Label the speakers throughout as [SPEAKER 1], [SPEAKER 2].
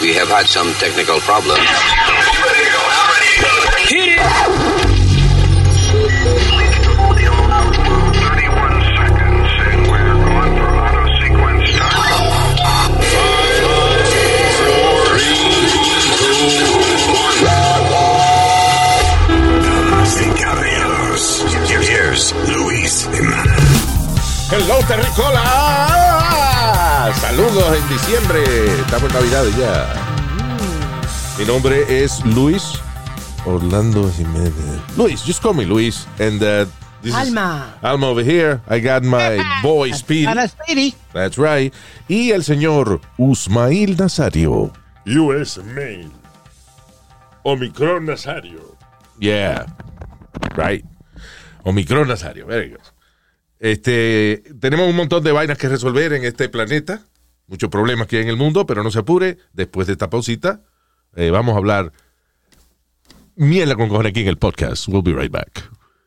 [SPEAKER 1] We have had some technical problems.
[SPEAKER 2] Hit it!
[SPEAKER 3] 31 seconds, and we're going for auto sequence start. 5, 4, 3, 2, 1. Damas y caballeros, here's Luis Jiménez.
[SPEAKER 4] Hello, Terricola. Saludos en diciembre. Estamos en Navidad ya. Mi nombre es Luis Orlando Jiménez. Luis, just call me Luis. And this
[SPEAKER 5] Alma.
[SPEAKER 4] is Alma over here. I got my boy Speedy.
[SPEAKER 5] Speedy.
[SPEAKER 4] That's right. Y el señor Usmail Nazario.
[SPEAKER 6] US Mail. Omicron Nazario.
[SPEAKER 4] Yeah. Right. Omicron Nazario. Very good. Tenemos un montón de vainas que resolver en este planeta. Muchos problemas que hay en el mundo, pero no se apure. Después de esta pausita, vamos a hablar mierda con cojones aquí en el podcast. We'll be right back.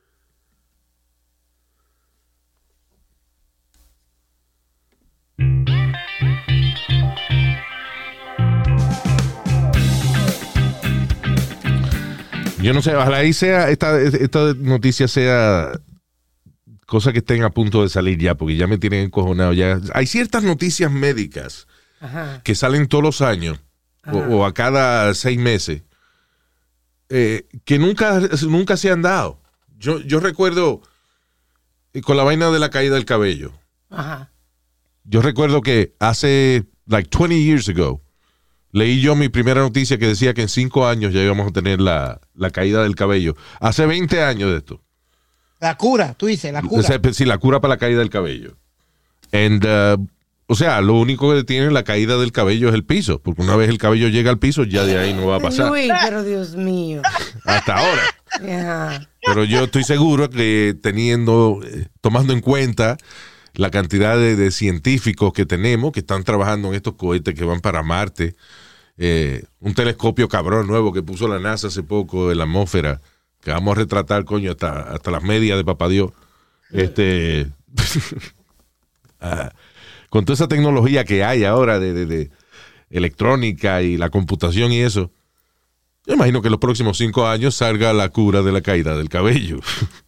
[SPEAKER 4] Yo no sé, ojalá ahí sea, esta noticia sea cosa que estén a punto de salir ya, porque ya me tienen encojonado ya. Hay ciertas noticias médicas que salen todos los años o a cada 6 meses que nunca se han dado. Yo recuerdo con la vaina de la caída del cabello.
[SPEAKER 5] Ajá.
[SPEAKER 4] Yo recuerdo que hace like 20 years ago leí yo mi primera noticia que decía que en 5 años ya íbamos a tener la caída del cabello. Hace 20 años de esto.
[SPEAKER 5] La cura, tú dices, la cura.
[SPEAKER 4] O sea, sí, la cura para la caída del cabello. O sea, lo único que tiene la caída del cabello es el piso, porque una vez el cabello llega al piso, ya de ahí no va a pasar.
[SPEAKER 5] Luis, pero Dios mío.
[SPEAKER 4] Hasta ahora.
[SPEAKER 5] Ajá.
[SPEAKER 4] Pero yo estoy seguro que tomando en cuenta la cantidad de científicos que tenemos, que están trabajando en estos cohetes que van para Marte, un telescopio cabrón nuevo que puso la NASA hace poco en la atmósfera, que vamos a retratar, coño, hasta las medias de papá Dios. Con toda esa tecnología que hay ahora de electrónica y la computación y eso, yo imagino que en los próximos 5 años salga la cura de la caída del cabello.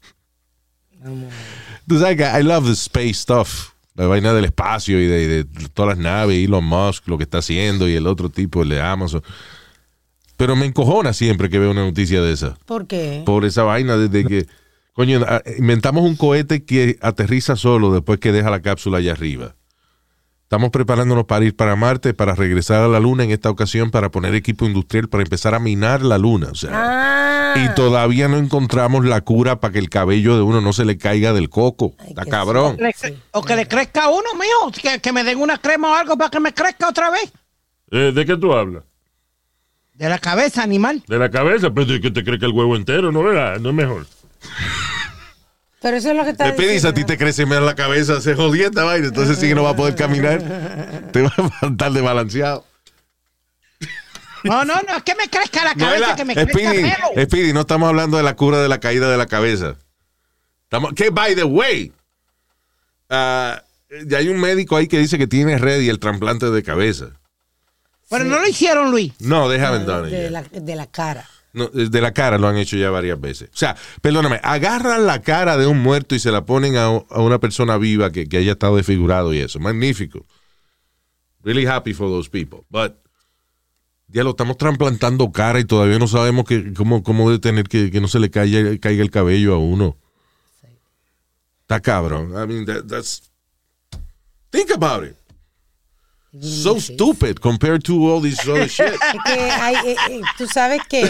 [SPEAKER 4] Tú sabes que I love the space stuff, la vaina del espacio y de todas las naves, Elon Musk, lo que está haciendo y el otro tipo, el de Amazon. Pero me encojona siempre que veo una noticia de esa.
[SPEAKER 5] ¿Por qué?
[SPEAKER 4] Por esa vaina desde que, coño, inventamos un cohete que aterriza solo después que deja la cápsula allá arriba. Estamos preparándonos para ir para Marte, para regresar a la Luna en esta ocasión, para poner equipo industrial, para empezar a minar la Luna. O sea, y todavía no encontramos la cura para que el cabello de uno no se le caiga del coco. Está cabrón.
[SPEAKER 5] O que le crezca a uno, mijo. Que me den una crema o algo para que me crezca otra vez.
[SPEAKER 6] ¿De qué tú hablas?
[SPEAKER 5] De la cabeza, animal.
[SPEAKER 6] De la cabeza, pero ¿de qué te cree que el huevo entero? No, ¿verdad? No es mejor.
[SPEAKER 5] Pero eso es lo que está
[SPEAKER 4] Te pedís, a ti te crece más la cabeza, se jodía esta vaina, entonces sí que no va a poder caminar. Te va a faltar de balanceado.
[SPEAKER 5] No, es que me crezca la cabeza, que me crezca pelo.
[SPEAKER 4] Speedy, no estamos hablando de la cura de la caída de la cabeza. Que, by the way, ya hay un médico ahí que dice que tiene ready el trasplante de cabeza.
[SPEAKER 5] Pero no lo hicieron, Luis.
[SPEAKER 4] No, déjame entrar.
[SPEAKER 5] De la cara.
[SPEAKER 4] No, de la cara lo han hecho ya varias veces. O sea, perdóname, agarran la cara de un muerto y se la ponen a una persona viva que haya estado desfigurado y eso. Magnífico. Really happy for those people. But ya lo estamos trasplantando cara y todavía no sabemos cómo detener que no se le caiga el cabello a uno. Sí. Está cabrón. I mean, that's... Think about it. So stupid compared to all this other shit.
[SPEAKER 5] Es que tú sabes que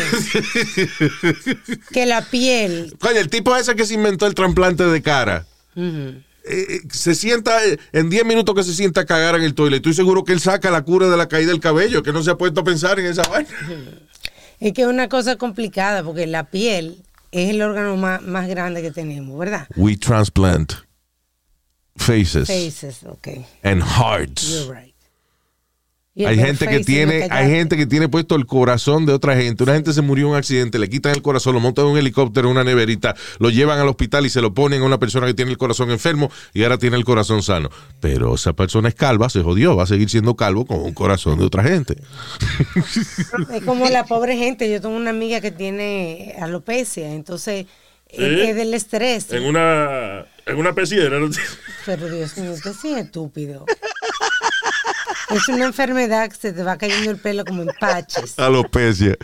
[SPEAKER 5] la piel.
[SPEAKER 4] Coño, el tipo ese que se inventó el trasplante de cara, se sienta, en 10 minutos que se sienta a cagar en el toilet, estoy seguro que él saca la cura de la caída del cabello, que no se ha puesto a pensar en esa vaina.
[SPEAKER 5] Es que es una cosa complicada, porque la piel es el órgano más grande que tenemos, ¿verdad?
[SPEAKER 4] We transplant faces.
[SPEAKER 5] Faces, okay.
[SPEAKER 4] And hearts.
[SPEAKER 5] You're right. Y el
[SPEAKER 4] Hay gente que
[SPEAKER 5] face y lo
[SPEAKER 4] tiene,
[SPEAKER 5] callaste.
[SPEAKER 4] hay gente que tiene puesto el corazón de otra gente. Una gente se murió en un accidente, le quitan el corazón, lo montan en un helicóptero, en una neverita, lo llevan al hospital y se lo ponen a una persona que tiene el corazón enfermo y ahora tiene el corazón sano. Pero esa persona es calva, se jodió, va a seguir siendo calvo con un corazón de otra gente.
[SPEAKER 5] Es como la pobre gente. Yo tengo una amiga que tiene alopecia, entonces es del estrés.
[SPEAKER 6] En una peciera. ¿No?
[SPEAKER 5] Pero Dios mío, usted sí es estúpido. Es una enfermedad que se te va cayendo el pelo como en paches.
[SPEAKER 4] Alopecia.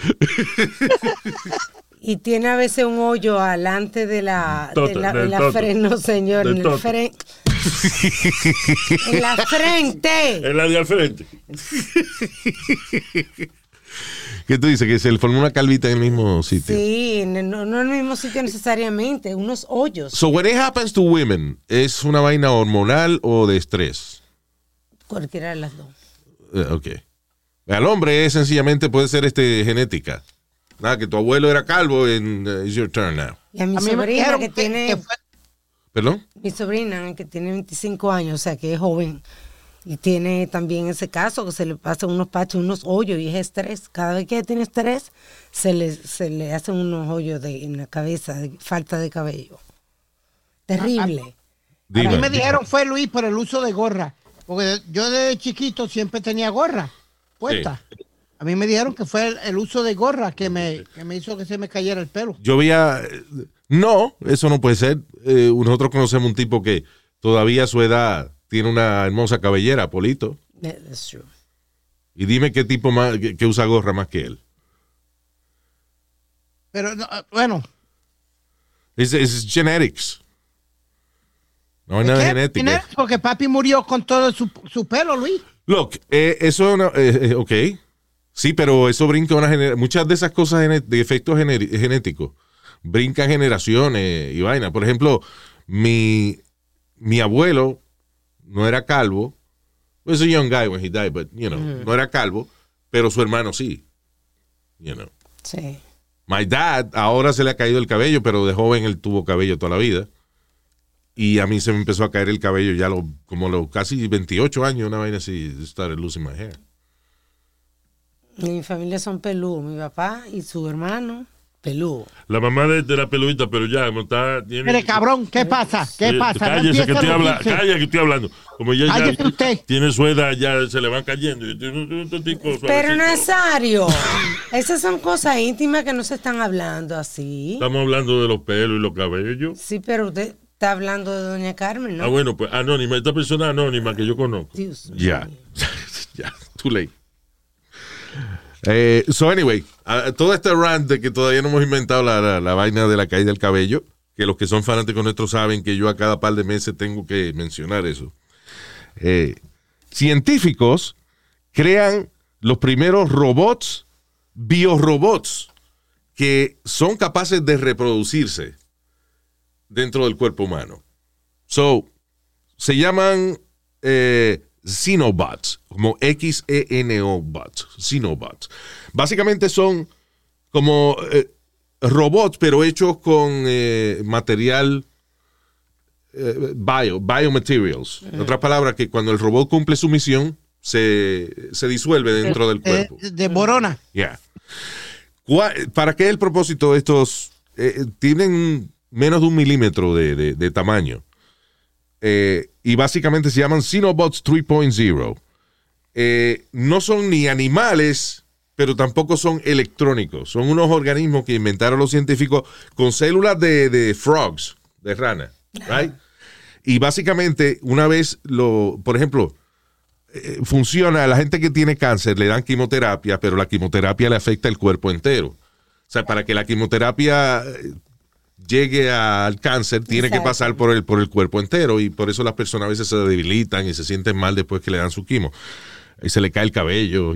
[SPEAKER 5] Y tiene a veces un hoyo alante de la frente. No, señor, en el frente. En la frente.
[SPEAKER 6] En la de al frente.
[SPEAKER 4] ¿Qué tú dices? Que se le formó una calvita en el mismo sitio.
[SPEAKER 5] Sí, no en el mismo sitio necesariamente, unos hoyos.
[SPEAKER 4] So when it happens to women, ¿es una vaina hormonal o de estrés?
[SPEAKER 5] Cualquiera de las dos.
[SPEAKER 4] Ok. Al hombre es sencillamente puede ser genética. Nada, que tu abuelo era calvo and it's your turn now.
[SPEAKER 5] Y a mi
[SPEAKER 2] A mí me
[SPEAKER 5] sobrina
[SPEAKER 2] dijeron
[SPEAKER 5] que
[SPEAKER 2] que
[SPEAKER 5] tiene...
[SPEAKER 2] fue-
[SPEAKER 4] ¿Perdón?
[SPEAKER 5] Mi sobrina que tiene 25 años, o sea que es joven. Y tiene también ese caso que se le pasan unos parches, unos hoyos y es estrés. Cada vez que ella tiene estrés, se le hacen unos hoyos en la cabeza, de falta de cabello. Terrible.
[SPEAKER 2] A
[SPEAKER 4] Dime.
[SPEAKER 2] mí me dijeron fue Luis por el uso de gorra. Porque yo desde chiquito siempre tenía gorra puesta.
[SPEAKER 4] Sí.
[SPEAKER 2] A mí me dijeron que fue el uso de gorra que me hizo que se me cayera el pelo.
[SPEAKER 4] Yo veía... No, eso no puede ser. Nosotros conocemos un tipo que todavía a su edad tiene una hermosa cabellera, Polito.
[SPEAKER 5] That's true.
[SPEAKER 4] Y dime qué tipo más que usa gorra más que él.
[SPEAKER 2] Pero bueno.
[SPEAKER 4] Es genetics. No hay nada
[SPEAKER 2] ¿qué?
[SPEAKER 4] genética.
[SPEAKER 2] Porque papi murió con todo su pelo, Luis.
[SPEAKER 4] Look, eso no, ok. Sí, pero eso brinca una generación. Muchas de esas cosas de efectos genéticos brincan generaciones y vaina. Por ejemplo, mi abuelo no era calvo. Was a young guy when he died, but, no era calvo, pero su hermano sí.
[SPEAKER 5] Sí.
[SPEAKER 4] My dad, ahora se le ha caído el cabello, pero de joven él tuvo cabello toda la vida. Y a mí se me empezó a caer el cabello ya como los casi 28 años, una vaina así, started losing my hair.
[SPEAKER 5] Mi familia son peludos, mi papá y su hermano, peludo.
[SPEAKER 6] La mamá de la peludita, pero ya, como está...
[SPEAKER 2] Mire, cabrón, ¿qué pasa? ¿Qué pasa? No
[SPEAKER 6] Cállese que
[SPEAKER 2] empiece
[SPEAKER 6] estoy
[SPEAKER 2] a
[SPEAKER 6] hablando.
[SPEAKER 2] lucirse.
[SPEAKER 6] Calla que estoy hablando. Como ya
[SPEAKER 2] Cállese usted.
[SPEAKER 6] tiene su edad, ya se le van cayendo. Y tiene un tontico
[SPEAKER 5] Pero
[SPEAKER 6] suavecito.
[SPEAKER 5] Nazario, esas son cosas íntimas que no se están hablando así.
[SPEAKER 6] Estamos hablando de los pelos y los cabellos.
[SPEAKER 5] Sí, pero usted está hablando de doña Carmen, ¿no?
[SPEAKER 6] Ah, bueno, pues anónima. Esta persona anónima que yo conozco.
[SPEAKER 5] Dios
[SPEAKER 4] Ya.
[SPEAKER 5] mío.
[SPEAKER 4] Ya, too late. So anyway, todo este rant de que todavía no hemos inventado la vaina de la caída del cabello, que los que son fanáticos nuestros saben que yo a cada par de meses tengo que mencionar eso. Científicos crean los primeros robots, biorobots, que son capaces de reproducirse dentro del cuerpo humano. So, se llaman Xenobots, como Xenobots, Xenobots. Básicamente son como robots, pero hechos con material biomaterials. En otras palabras, que cuando el robot cumple su misión, se disuelve dentro del cuerpo.
[SPEAKER 2] De Borona.
[SPEAKER 4] Yeah. ¿Para qué es el propósito de estos? Tienen menos de 1 milímetro de tamaño. Y básicamente se llaman Xenobots 3.0. No son ni animales, pero tampoco son electrónicos. Son unos organismos que inventaron los científicos con células de frogs, de rana. Right? Y básicamente, una vez por ejemplo, funciona, a la gente que tiene cáncer le dan quimioterapia, pero la quimioterapia le afecta el cuerpo entero. O sea, para que la quimioterapia llegue al cáncer, tiene que pasar por el cuerpo entero, y por eso las personas a veces se debilitan y se sienten mal después que le dan su quimo. Y se le cae el cabello,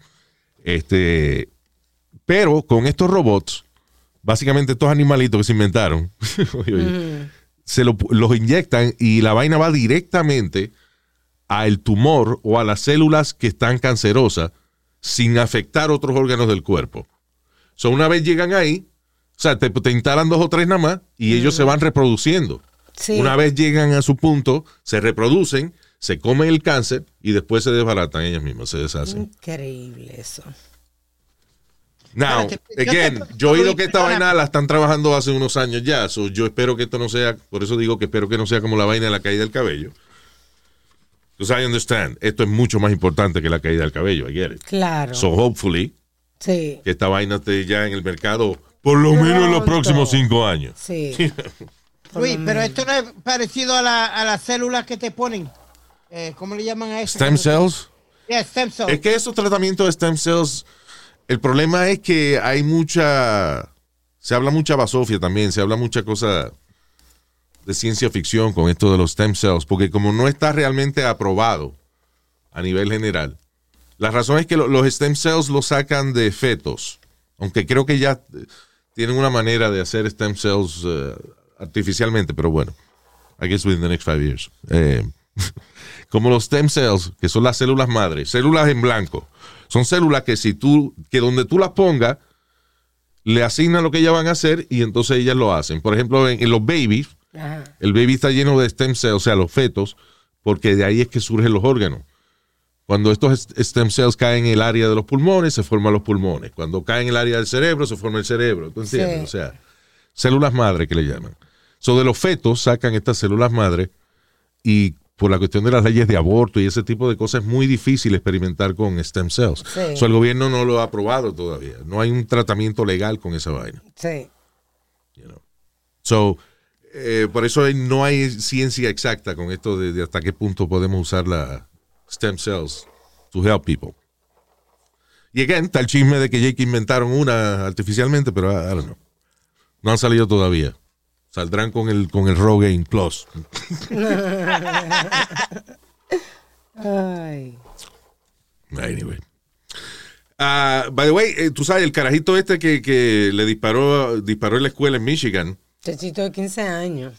[SPEAKER 4] Pero con estos robots, básicamente estos animalitos que se inventaron, los inyectan y la vaina va directamente al tumor o a las células que están cancerosas sin afectar otros órganos del cuerpo. So, una vez llegan ahí, o sea, te instalan 2 o 3 nada más y ellos se van reproduciendo.
[SPEAKER 5] Sí.
[SPEAKER 4] Una vez llegan a su punto, se reproducen, se comen el cáncer y después se desbaratan ellas mismas, se deshacen.
[SPEAKER 5] Increíble eso.
[SPEAKER 4] Now,
[SPEAKER 2] Espérate,
[SPEAKER 4] again, yo he oído que esta vaina la están trabajando hace unos años ya, so yo espero que esto no sea, por eso digo que espero que no sea como la vaina de la caída del cabello. Because I understand, esto es mucho más importante que la caída del cabello, I get it.
[SPEAKER 5] Claro.
[SPEAKER 4] So hopefully,
[SPEAKER 5] Sí.
[SPEAKER 4] que esta vaina esté ya en el mercado por lo menos en los próximos 5 años.
[SPEAKER 5] Sí.
[SPEAKER 2] Luis, pero esto no es parecido a las células que te ponen. ¿Cómo le llaman a eso?
[SPEAKER 4] Stem cells.
[SPEAKER 2] Yeah, stem cells.
[SPEAKER 4] Es que esos tratamientos de stem cells, el problema es que hay se habla mucha basofia también, se habla mucha cosa de ciencia ficción con esto de los stem cells, porque como no está realmente aprobado a nivel general, la razón es que los stem cells los sacan de fetos, aunque creo que ya tienen una manera de hacer stem cells artificialmente, pero bueno, I guess within the next 5 years. Como los stem cells, que son las células madres, células en blanco, son células que que donde tú las pongas, le asignan lo que ellas van a hacer y entonces ellas lo hacen. Por ejemplo, en los babies,
[SPEAKER 5] Ajá.
[SPEAKER 4] el baby está lleno de stem cells, o sea, los fetos, porque de ahí es que surgen los órganos. Cuando estos stem cells caen en el área de los pulmones, se forman los pulmones. Cuando caen en el área del cerebro, se forma el cerebro. ¿Tú entiendes?
[SPEAKER 5] Sí.
[SPEAKER 4] O sea, células madre que le llaman. So, de los fetos sacan estas células madre y por la cuestión de las leyes de aborto y ese tipo de cosas es muy difícil experimentar con stem cells.
[SPEAKER 5] Sí.
[SPEAKER 4] So, el gobierno no lo ha aprobado todavía. No hay un tratamiento legal con esa vaina.
[SPEAKER 5] Sí.
[SPEAKER 4] You know. So, por eso no hay ciencia exacta con esto de hasta qué punto podemos usar la stem cells to help people. Y again, está el chisme de que inventaron una artificialmente, pero I don't know. No han salido todavía. Saldrán con el Rogaine Plus.
[SPEAKER 5] Ay.
[SPEAKER 4] Anyway. By the way, tú sabes, el carajito este que le disparó en la escuela en Michigan,
[SPEAKER 5] Chachito de 15 años.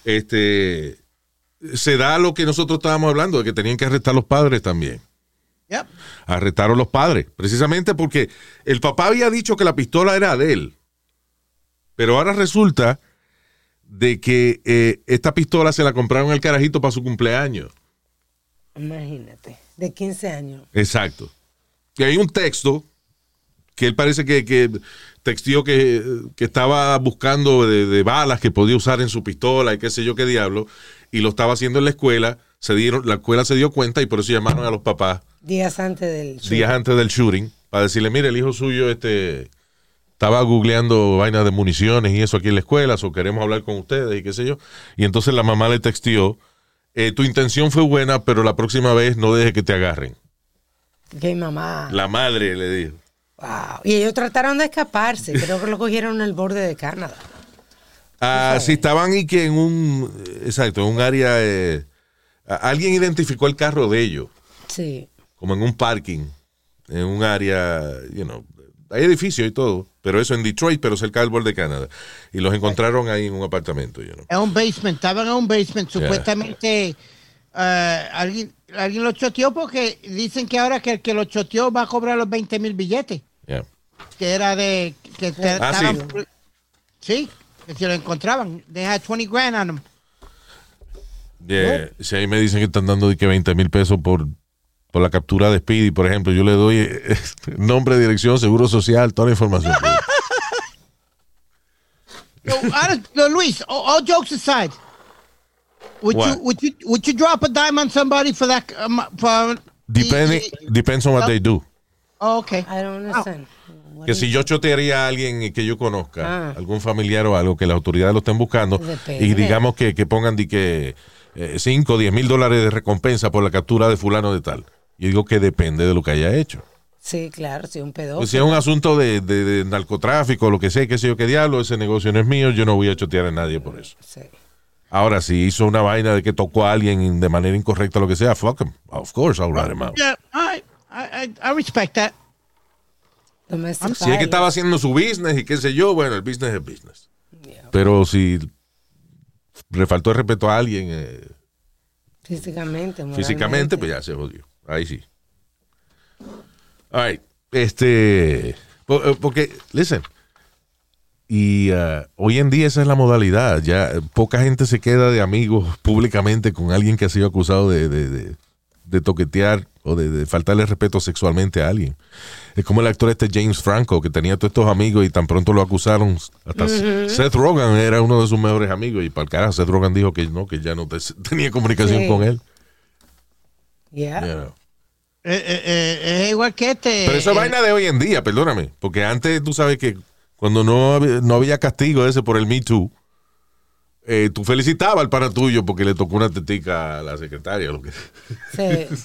[SPEAKER 4] se da lo que nosotros estábamos hablando, de que tenían que arrestar a los padres también.
[SPEAKER 2] Yep.
[SPEAKER 4] Arrestaron los padres, precisamente porque el papá había dicho que la pistola era de él. Pero ahora resulta de que esta pistola se la compraron al carajito para su cumpleaños.
[SPEAKER 5] Imagínate. De 15 años.
[SPEAKER 4] Exacto. Y hay un texto que él parece que texteó que estaba buscando de balas que podía usar en su pistola y qué sé yo qué diablo, y lo estaba haciendo en la escuela. La escuela se dio cuenta y por eso llamaron a los papás
[SPEAKER 5] Días antes del show.
[SPEAKER 4] días antes del shooting para decirle, mire, el hijo suyo estaba googleando vainas de municiones y eso aquí en la escuela, o queremos hablar con ustedes y qué sé yo. Y entonces la mamá le texteó, tu intención fue buena, pero la próxima vez no deje que te agarren.
[SPEAKER 5] ¿Qué mamá?
[SPEAKER 4] La madre le dijo.
[SPEAKER 5] Wow. Y ellos trataron de escaparse. Creo que lo cogieron en el borde de Canadá.
[SPEAKER 4] Sí, estaban y que en un área, alguien identificó el carro de ellos,
[SPEAKER 5] Sí.
[SPEAKER 4] como en un parking, en un área, hay edificios y todo, pero eso en Detroit, pero cerca del borde de Canadá. Y los encontraron ahí en un apartamento.
[SPEAKER 2] En un basement, estaban en un basement. Supuestamente alguien lo choteó porque dicen que ahora que el que lo choteó va a cobrar los 20,000 billetes.
[SPEAKER 4] Yeah.
[SPEAKER 2] Que era de... que sí, que si lo encontraban. They had 20 grand on them.
[SPEAKER 4] Yeah. Si ahí me dicen que están dando de que 20,000 pesos por la captura de Speedy, por ejemplo, yo le doy nombre, dirección, seguro social, toda la información.
[SPEAKER 2] No, Luis, all jokes aside, would you drop a dime on somebody for that?
[SPEAKER 4] Depends on what they do.
[SPEAKER 2] Oh, okay.
[SPEAKER 5] I don't understand.
[SPEAKER 4] Que si yo chotearía a alguien que yo conozca, algún familiar o algo, que las autoridades lo estén buscando,
[SPEAKER 5] Depende.
[SPEAKER 4] y digamos que pongan de que 5 o 10 mil dólares de recompensa por la captura de fulano de tal. Yo digo que depende de lo que haya hecho.
[SPEAKER 5] Sí, claro, sí, un pedófilo.
[SPEAKER 4] Pues si es un asunto de narcotráfico, lo que sea, qué sé yo qué diablo, ese negocio no es mío, yo no voy a chotear a nadie por eso.
[SPEAKER 5] Sí.
[SPEAKER 4] Ahora, si hizo una vaina de que tocó a alguien de manera incorrecta, lo que sea, fuck him. Of course, I'll rat him out.
[SPEAKER 2] Yeah, I respect that.
[SPEAKER 5] Domestic
[SPEAKER 4] Si es que
[SPEAKER 5] violence.
[SPEAKER 4] estaba haciendo su business y qué sé yo, bueno, el business es business.
[SPEAKER 5] Yeah.
[SPEAKER 4] Pero si le faltó el respeto a alguien
[SPEAKER 5] Físicamente,
[SPEAKER 4] físicamente, pues ya se jodió. Ahí sí. All right. Porque, listen, y hoy en día esa es la modalidad. Ya poca gente se queda de amigos públicamente con alguien que ha sido acusado de de toquetear o de faltarle respeto sexualmente a alguien. Es como el actor James Franco, que tenía todos estos amigos y tan pronto lo acusaron. Hasta Seth Rogen era uno de sus mejores amigos y para el carajo Seth Rogen dijo que ya no tenía comunicación con él.
[SPEAKER 5] Yeah.
[SPEAKER 4] You know.
[SPEAKER 2] Es igual que este.
[SPEAKER 4] Pero eso es vaina de hoy en día, perdóname. Porque antes tú sabes que cuando no había castigo ese por el Me Too, tú felicitabas al pana tuyo porque le tocó una tetica a la secretaria. Lo que...
[SPEAKER 5] Sí.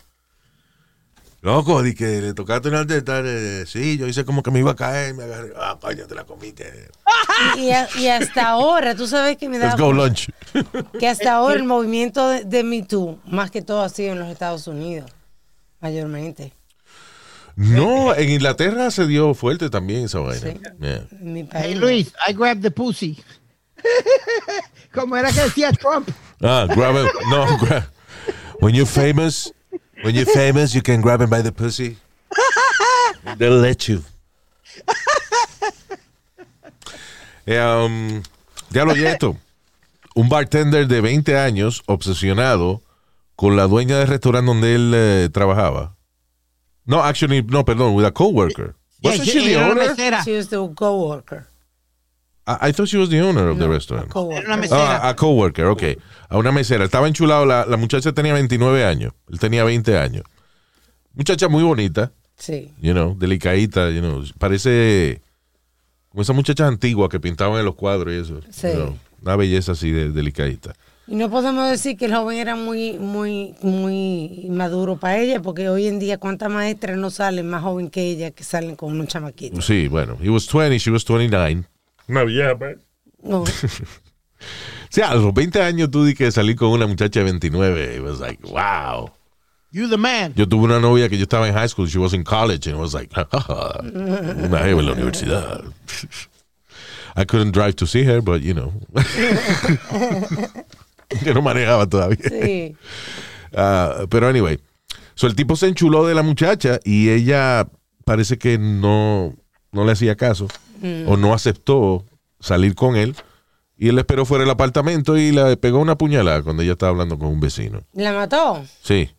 [SPEAKER 4] Loco, di que le tocaste una teta. Sí, yo hice como que me iba a caer. Me agarré. Coño, te la comiste.
[SPEAKER 5] Y hasta ahora, tú sabes que me da.
[SPEAKER 4] Let's go lunch.
[SPEAKER 5] Que hasta ahora el movimiento de Me Too, más que todo ha sido en los Estados Unidos, mayormente.
[SPEAKER 4] No, en Inglaterra se dio fuerte también esa vaina.
[SPEAKER 5] Sí.
[SPEAKER 4] Yeah.
[SPEAKER 5] En mi
[SPEAKER 2] Hey,
[SPEAKER 5] país.
[SPEAKER 2] Luis, I grabbed the pussy. Como era que decía Trump.
[SPEAKER 4] Grab it. No, when you're famous, you can grab him by the pussy. They'll let you. Diablo, y esto. Un bartender de 20 años obsesionado con la dueña del restaurante donde él trabajaba. No, actually, no, perdón, with a coworker. Wasn't she the
[SPEAKER 2] era una
[SPEAKER 4] owner?
[SPEAKER 2] mesera.
[SPEAKER 5] She was the coworker.
[SPEAKER 4] I thought she was the owner of the restaurant.
[SPEAKER 2] Era
[SPEAKER 5] Coworker.
[SPEAKER 2] una mesera.
[SPEAKER 4] A coworker, ok. A una mesera. Estaba enchulado. La muchacha tenía 29 años. Él tenía 20 años. Muchacha muy bonita,
[SPEAKER 5] Sí.
[SPEAKER 4] you know, delicadita, you know. Parece como esas muchachas antiguas que pintaban en los cuadros y eso.
[SPEAKER 5] Sí.
[SPEAKER 4] You know, una belleza así de delicadita.
[SPEAKER 5] Y no podemos decir que el joven era muy maduro para ella, porque hoy en día cuántas maestras no salen más joven que ella que salen con unos chamaquitos.
[SPEAKER 4] Sí, bueno. He was 20, she was 29.
[SPEAKER 6] Una vieja, pues.
[SPEAKER 5] No.
[SPEAKER 4] O sea, a los 20 años tú di que salí con una muchacha de 29. It was like, wow.
[SPEAKER 2] You the man.
[SPEAKER 4] Yo tuve una novia que yo estaba en high school, she was in college, and it was like, una jeva en la universidad. I couldn't drive to see her, but you know. Que no manejaba todavía.
[SPEAKER 5] Sí.
[SPEAKER 4] Pero anyway, so el tipo se enchuló de la muchacha y ella parece que no le hacía caso o no aceptó salir con él. Y él esperó fuera del apartamento y le pegó una puñalada cuando ella estaba hablando con un vecino.
[SPEAKER 5] ¿La mató?
[SPEAKER 4] Sí.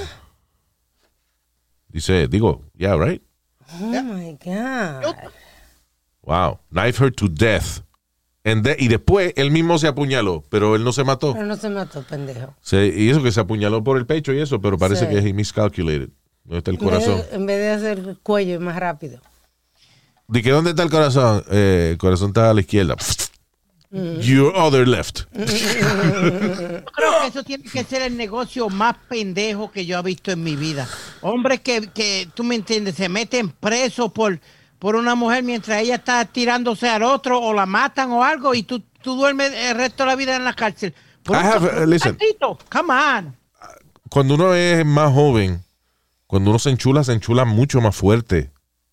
[SPEAKER 4] Dice, yeah, right?
[SPEAKER 5] Oh my God.
[SPEAKER 4] Wow. Knife her to death. Y después él mismo se apuñaló, pero él no se mató.
[SPEAKER 5] Pero no se mató, pendejo.
[SPEAKER 4] Y eso que se apuñaló por el pecho y eso, pero parece
[SPEAKER 5] Sí.
[SPEAKER 4] que he miscalculated. ¿Dónde está el corazón?
[SPEAKER 5] En vez de hacer el cuello más rápido.
[SPEAKER 4] ¿De que dónde está el corazón? El corazón está a la izquierda. Your other left.
[SPEAKER 2] Yo creo que eso tiene que ser el negocio más pendejo que yo he visto en mi vida. Hombres que tú me entiendes, se meten presos por una mujer mientras ella está tirándose al otro o la matan o algo y tú duermes el resto de la vida en la cárcel.
[SPEAKER 4] Listen.
[SPEAKER 2] Come on.
[SPEAKER 4] Cuando uno es más joven, cuando uno se enchula mucho más fuerte.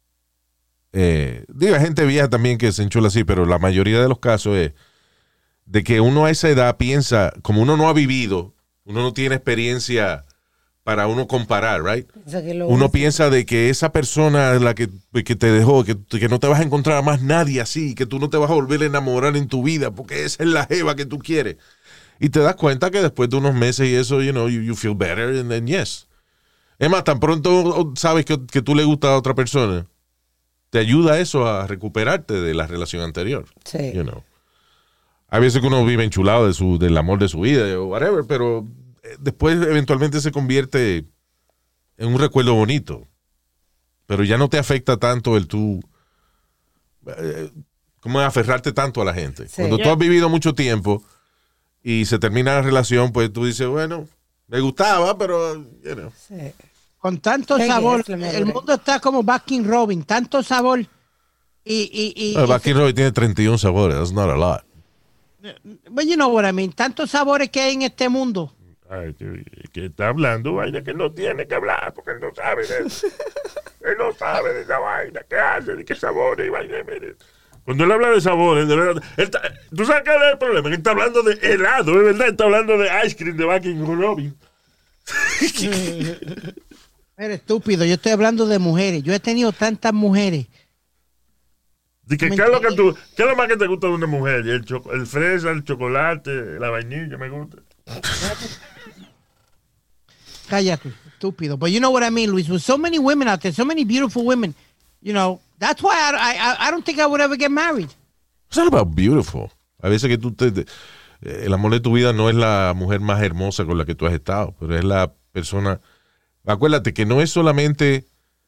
[SPEAKER 4] Digo, hay gente vieja también que se enchula así, pero la mayoría de los casos es de que uno a esa edad piensa, como uno no ha vivido, uno no tiene experiencia para uno comparar, right?
[SPEAKER 5] O sea, que lo
[SPEAKER 4] Uno
[SPEAKER 5] usa.
[SPEAKER 4] piensa de que esa persona la que te dejó, que no te vas a encontrar a más nadie así, que tú no te vas a volver a enamorar en tu vida, porque esa es la jeva que tú quieres. Y te das cuenta que después de unos meses y eso, you know, you feel better, and then yes. Es más, tan pronto sabes que tú le gustas a otra persona, te ayuda eso a recuperarte de la relación anterior.
[SPEAKER 5] Sí.
[SPEAKER 4] You know. Hay veces que uno vive enchulado del amor de su vida o whatever, pero después eventualmente se convierte en un recuerdo bonito. Pero ya no te afecta tanto el tú, como aferrarte tanto a la gente.
[SPEAKER 5] Sí.
[SPEAKER 4] Cuando tú has vivido mucho tiempo y se termina la relación, pues tú dices, bueno, me gustaba, pero, you know.
[SPEAKER 5] Sí.
[SPEAKER 2] Con tanto
[SPEAKER 5] Sí,
[SPEAKER 2] sabor,
[SPEAKER 5] es la madurez.
[SPEAKER 2] el mundo está como Baskin Robin, tanto sabor y
[SPEAKER 4] Baskin Robbins tiene 31 sabores, that's not a lot.
[SPEAKER 2] but you know what I mean, tantos sabores que hay en este mundo.
[SPEAKER 6] Ay, que está hablando vaina que no tiene que hablar porque él no sabe de eso. Él no sabe de esa vaina, qué hace, de qué sabores y vaina. Mire. Cuando él habla de sabores, de verdad, tú sabes qué es el problema, que él está hablando de helado, de verdad, está hablando de ice cream de Baskin Robbins.
[SPEAKER 2] Eres estúpido, yo estoy hablando de mujeres. Yo he tenido tantas mujeres.
[SPEAKER 6] ¿Qué es lo más que te gusta de una mujer? El fresa, el chocolate, la vainilla, me gusta.
[SPEAKER 2] Cállate, estúpido. But you know what I mean, Luis. With so many women out there, so many beautiful women, you know, that's why I don't think I would ever get married.
[SPEAKER 4] It's not about beautiful. A veces que el amor de tu vida no es la mujer más hermosa con la que tú has estado, pero es la persona. Acuérdate que no es solamente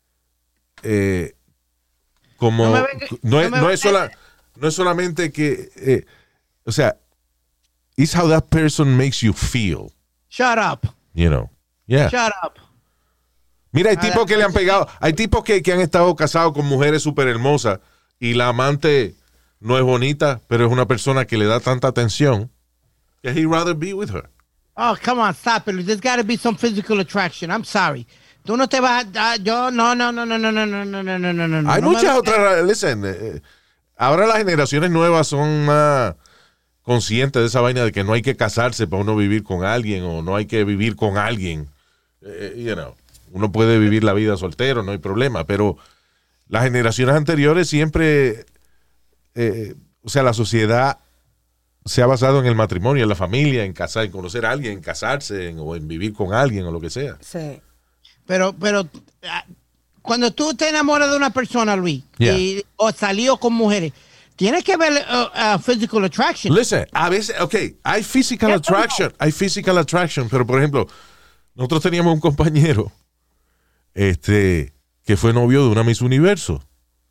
[SPEAKER 4] como no es solamente que o sea, it's how that person makes you feel.
[SPEAKER 2] Shut up.
[SPEAKER 4] You know. Yeah.
[SPEAKER 2] Shut up.
[SPEAKER 4] Mira, hay tipos que le han pegado, hay tipos que han estado casados con mujeres súper hermosas y la amante no es bonita, pero es una persona que le da tanta atención que he'd rather be with her.
[SPEAKER 2] Oh, come on, stop it. There's got to be some physical attraction. I'm sorry. Tú no te vas a... Yo, no.
[SPEAKER 4] Hay muchas otras... Listen, ahora las generaciones nuevas son más conscientes de esa vaina de que no hay que casarse para uno vivir con alguien o no hay que vivir con alguien. You know, uno puede vivir la vida soltero, no hay problema, pero las generaciones anteriores siempre... o sea, la sociedad se ha basado en el matrimonio, en la familia, en casar, en conocer a alguien, en casarse o en vivir con alguien o lo que sea.
[SPEAKER 5] Sí.
[SPEAKER 2] Pero cuando tú te enamoras de una persona, Luis, o salió con mujeres, tienes que ver physical attraction.
[SPEAKER 4] Listen, a veces, hay physical attraction, pero por ejemplo, nosotros teníamos un compañero que fue novio de una Miss Universo.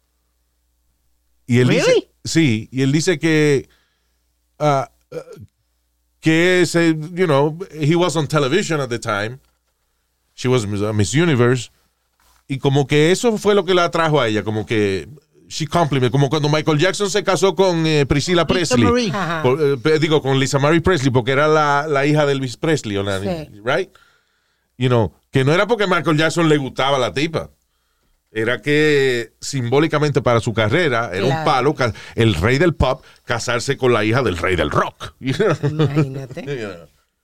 [SPEAKER 4] Y él dice, sí, y él dice que you know, he was on television at the time. She was Miss Universe. Y como que eso fue lo que la atrajo a ella, como que she complimented, como cuando Michael Jackson se casó con Priscilla Presley. Digo, con Lisa Marie Presley, porque era la hija de Elvis Presley, right? You know, que no era porque Michael Jackson le gustaba la tipa. Era que simbólicamente para su carrera era un palo, el rey del pop, casarse con la hija del rey del rock.
[SPEAKER 5] Imagínate.
[SPEAKER 4] Yeah.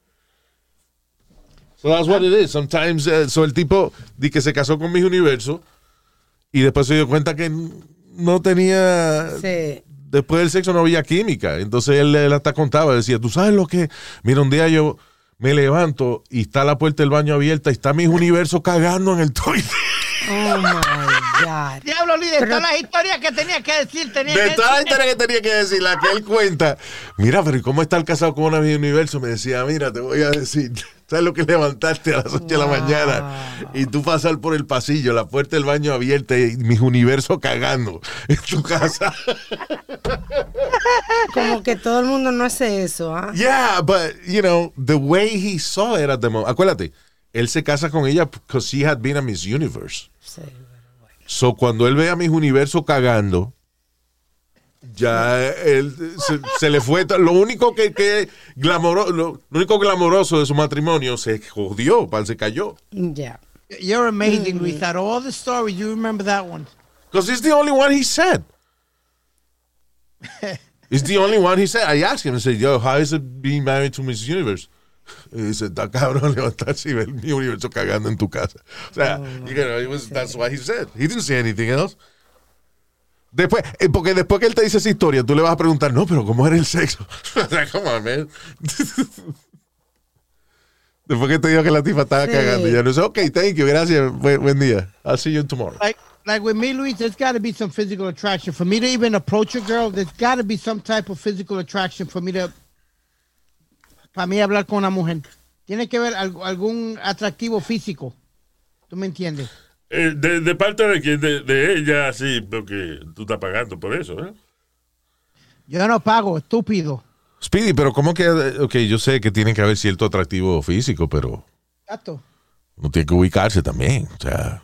[SPEAKER 4] So that's what it is. Sometimes, el tipo di que se casó con Miss Universo y después se dio cuenta que no tenía...
[SPEAKER 5] Sí.
[SPEAKER 4] Después del sexo no había química. Entonces él hasta contaba, decía, ¿tú sabes lo que? Mira, un día yo me levanto y está la puerta del baño abierta y está Miss Universo cagando en el toilet.
[SPEAKER 5] Oh my God.
[SPEAKER 2] Diablo, líder, todas las historias que tenía que decir.
[SPEAKER 4] Todas las historias que tenía que decir, la que él cuenta. Mira, pero ¿y cómo estar casado con una Miss Universo? Me decía, mira, te voy a decir, ¿sabes lo que levantarte a las 8 de la mañana? Y tú pasar por el pasillo, la puerta del baño abierta y Miss Universo cagando en tu casa.
[SPEAKER 5] Como que todo el mundo no hace eso, ¿ah?
[SPEAKER 4] Yeah, but, you know, the way he saw it at the moment. Acuérdate, él se casa con ella because she had been a Miss Universe.
[SPEAKER 5] Sí, bueno.
[SPEAKER 4] So, cuando él ve a Miss Universo cagando, ya él se le fue. Lo único lo único glamoroso de su matrimonio se jodió, se cayó.
[SPEAKER 5] Ya.
[SPEAKER 2] You're amazing, Luis. Out of all the stories, you remember that one.
[SPEAKER 4] Because it's the only one he said. It's the only one he said. I asked him, I said, yo, how is it being married to Miss Universe? Y dice, está cabrón levantarse y ver mi universo cagando en tu casa. O sea, that's what he said. He didn't say anything else. Después, porque después que él te dice esa historia, tú le vas a preguntar, no, pero ¿cómo era el sexo? Come on, man. Después que te digo que la tipa estaba cagando, ya no sé, ok, thank you, gracias, buen día. I'll see you tomorrow.
[SPEAKER 2] Like with me, Luis, there's got to be some physical attraction. For me to even approach a girl, there's got to be some type of physical attraction para mí hablar con una mujer. Tiene que haber algún atractivo físico. ¿Tú me entiendes?
[SPEAKER 6] De parte de quién, de ella, sí, porque tú estás pagando por eso, ¿eh?
[SPEAKER 2] Yo no pago, estúpido.
[SPEAKER 4] Speedy, pero ¿cómo que? Ok, yo sé que tiene que haber cierto atractivo físico, pero
[SPEAKER 2] Exacto.
[SPEAKER 4] uno tiene que ubicarse también. O sea,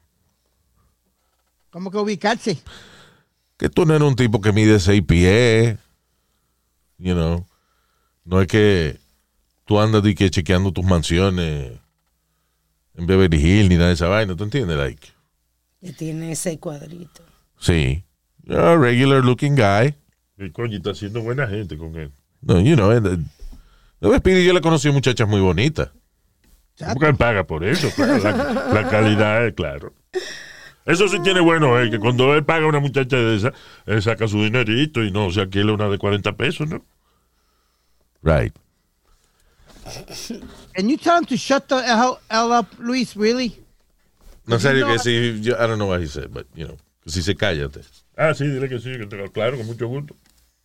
[SPEAKER 2] ¿Cómo que ubicarse?
[SPEAKER 4] que tú no eres un tipo que mide 6 pies. You know. No es que tú andas chequeando tus mansiones en Beverly Hills ni nada de esa vaina, ¿tú entiendes? Like,
[SPEAKER 5] Que tiene ese cuadrito.
[SPEAKER 4] sí. You're a regular looking guy.
[SPEAKER 6] Y coño, está haciendo buena gente con él.
[SPEAKER 4] No, you know, Speedy, yo le conocí muchachas muy bonitas.
[SPEAKER 6] Porque él paga por eso, claro. La calidad es claro. Eso sí tiene bueno, que cuando él paga a una muchacha de esa, él saca su dinerito y no se alquila una de 40 pesos, ¿no?
[SPEAKER 4] Right.
[SPEAKER 2] Can you tell him to shut the hell up, Luis? Really?
[SPEAKER 4] No, en serio que sí, I don't know what he said, but, you know, que si se cállate.
[SPEAKER 6] Ah, sí, dile que sí, claro, con mucho gusto.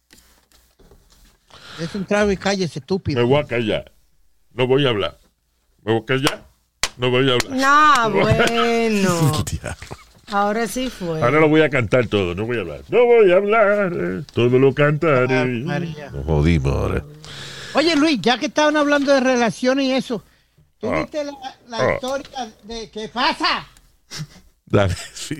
[SPEAKER 2] Es un trago y cállese, estúpido.
[SPEAKER 6] Me voy a callar. No voy a hablar. Me voy a callar. No voy a hablar.
[SPEAKER 5] No, bueno. Ahora sí fue.
[SPEAKER 6] Ahora lo voy a cantar todo, no voy a hablar. No voy a hablar, todo lo cantaré.
[SPEAKER 2] María.
[SPEAKER 4] Nos jodimos ahora.
[SPEAKER 2] Oye, Luis, ya que estaban hablando de relaciones y eso, ¿tú
[SPEAKER 6] Ah.
[SPEAKER 2] viste la historia de qué pasa?
[SPEAKER 4] Dale, sí.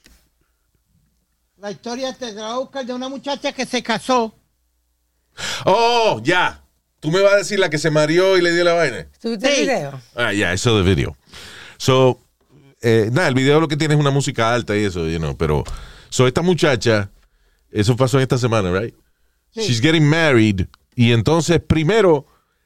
[SPEAKER 2] La historia te la voy a buscar de una muchacha que se casó.
[SPEAKER 4] Oh, ya. Tú me vas a decir la que se mareó y le dio la vaina.
[SPEAKER 5] ¿Tuviste el
[SPEAKER 2] Sí.
[SPEAKER 5] video?
[SPEAKER 4] Ah, ya, eso de video. So, nada, el video lo que tiene es una música alta y eso, you know, pero... So, esta muchacha, eso pasó en esta semana, right?
[SPEAKER 2] Sí.
[SPEAKER 4] She's getting married. Y entonces, primero,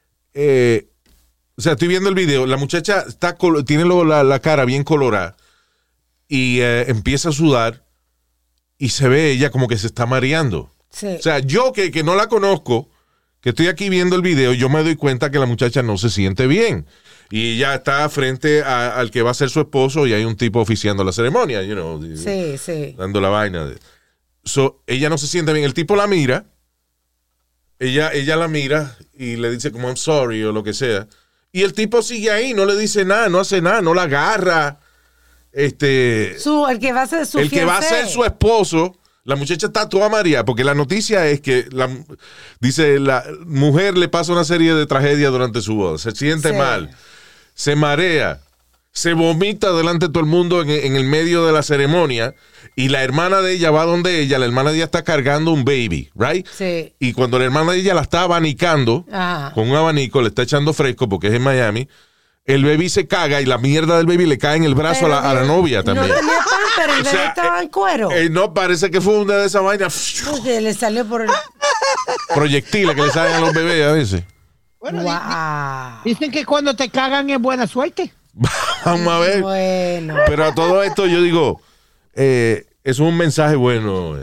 [SPEAKER 4] o sea, estoy viendo el video, la muchacha tiene la cara bien colorada y empieza a sudar y se ve ella como que se está mareando.
[SPEAKER 5] Sí.
[SPEAKER 4] O sea, yo que no la conozco, que estoy aquí viendo el video, yo me doy cuenta que la muchacha no se siente bien. Y ella está frente al que va a ser su esposo y hay un tipo oficiando la ceremonia, you know,
[SPEAKER 5] Sí, sí.
[SPEAKER 4] dando la vaina. So, ella no se siente bien. El tipo la mira, ella la mira y le dice como I'm sorry o lo que sea. Y el tipo sigue ahí, no le dice nada, no hace nada, no la agarra.
[SPEAKER 5] El que va a ser su
[SPEAKER 4] El que va a ser su esposo, la muchacha está toda mareada, porque la noticia es que dice la mujer le pasa una serie de tragedias durante su boda. Se siente
[SPEAKER 5] Sí.
[SPEAKER 4] mal, se marea, se vomita delante de todo el mundo en el medio de la ceremonia, y la hermana de ella va donde ella, la hermana de ella está cargando un baby, right?
[SPEAKER 5] Sí.
[SPEAKER 4] Y cuando la hermana de ella la está abanicando
[SPEAKER 5] Ajá.
[SPEAKER 4] con un abanico, le está echando fresco porque es en Miami, el baby se caga y la mierda del baby le cae en el brazo a la novia también.
[SPEAKER 5] No tenía pan, pero el
[SPEAKER 4] O
[SPEAKER 5] bebé
[SPEAKER 4] sea,
[SPEAKER 5] estaba en cuero.
[SPEAKER 4] No, parece que fue una de esas vainas
[SPEAKER 5] Porque le salió por el...
[SPEAKER 4] proyectiles que le salen a los bebés a veces.
[SPEAKER 2] Bueno,
[SPEAKER 5] Wow.
[SPEAKER 2] dicen que cuando te cagan es buena suerte.
[SPEAKER 4] Vamos a ver.
[SPEAKER 5] Bueno.
[SPEAKER 4] Pero a todo esto yo digo, eso es un mensaje bueno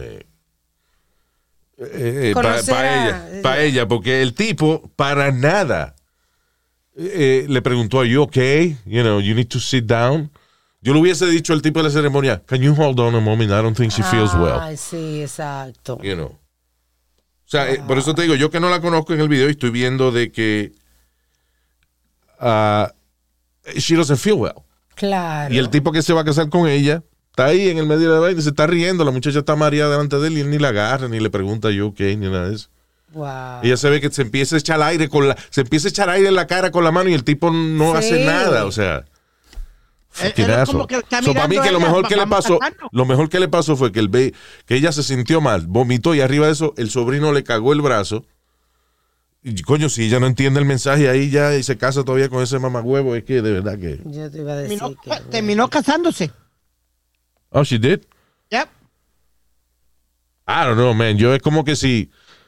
[SPEAKER 5] Conocer
[SPEAKER 4] para ella, porque el tipo para nada le preguntó, ¿Are you okay? You know, you need to sit down. Yo le hubiese dicho al tipo de la ceremonia, can you hold on a moment? I don't think she feels well.
[SPEAKER 5] Ay, sí, exacto.
[SPEAKER 4] You know. O sea, por eso te digo, yo que no la conozco en el video y estoy viendo de que she doesn't feel well.
[SPEAKER 5] Claro.
[SPEAKER 4] Y el tipo que se va a casar con ella está ahí en el medio de la vaina y se está riendo. La muchacha está mareada delante de él y él ni la agarra, ni le pregunta yo, ok, ni nada de eso.
[SPEAKER 5] Wow.
[SPEAKER 4] Ella se ve que se empieza a echar aire se empieza a echar aire en la cara con la mano y el tipo no
[SPEAKER 5] Sí.
[SPEAKER 4] hace nada, o sea. fucking
[SPEAKER 2] Era
[SPEAKER 4] asshole.
[SPEAKER 2] como que está
[SPEAKER 4] So, para mí
[SPEAKER 2] mirando
[SPEAKER 4] que lo
[SPEAKER 2] ella,
[SPEAKER 4] mejor que le
[SPEAKER 2] vamos
[SPEAKER 4] pasó,
[SPEAKER 2] matando.
[SPEAKER 4] lo mejor que le pasó fue que que ella se sintió mal, vomitó y arriba de eso el sobrino le cagó el brazo. Y coño, si ella no entiende el mensaje ahí ya y se casa todavía con ese mamagüevo, es que de verdad que.
[SPEAKER 5] Yo te iba a decir
[SPEAKER 2] Terminó casándose.
[SPEAKER 4] Oh, she did?
[SPEAKER 2] Yep.
[SPEAKER 4] I don't know, man. Yo es como que si.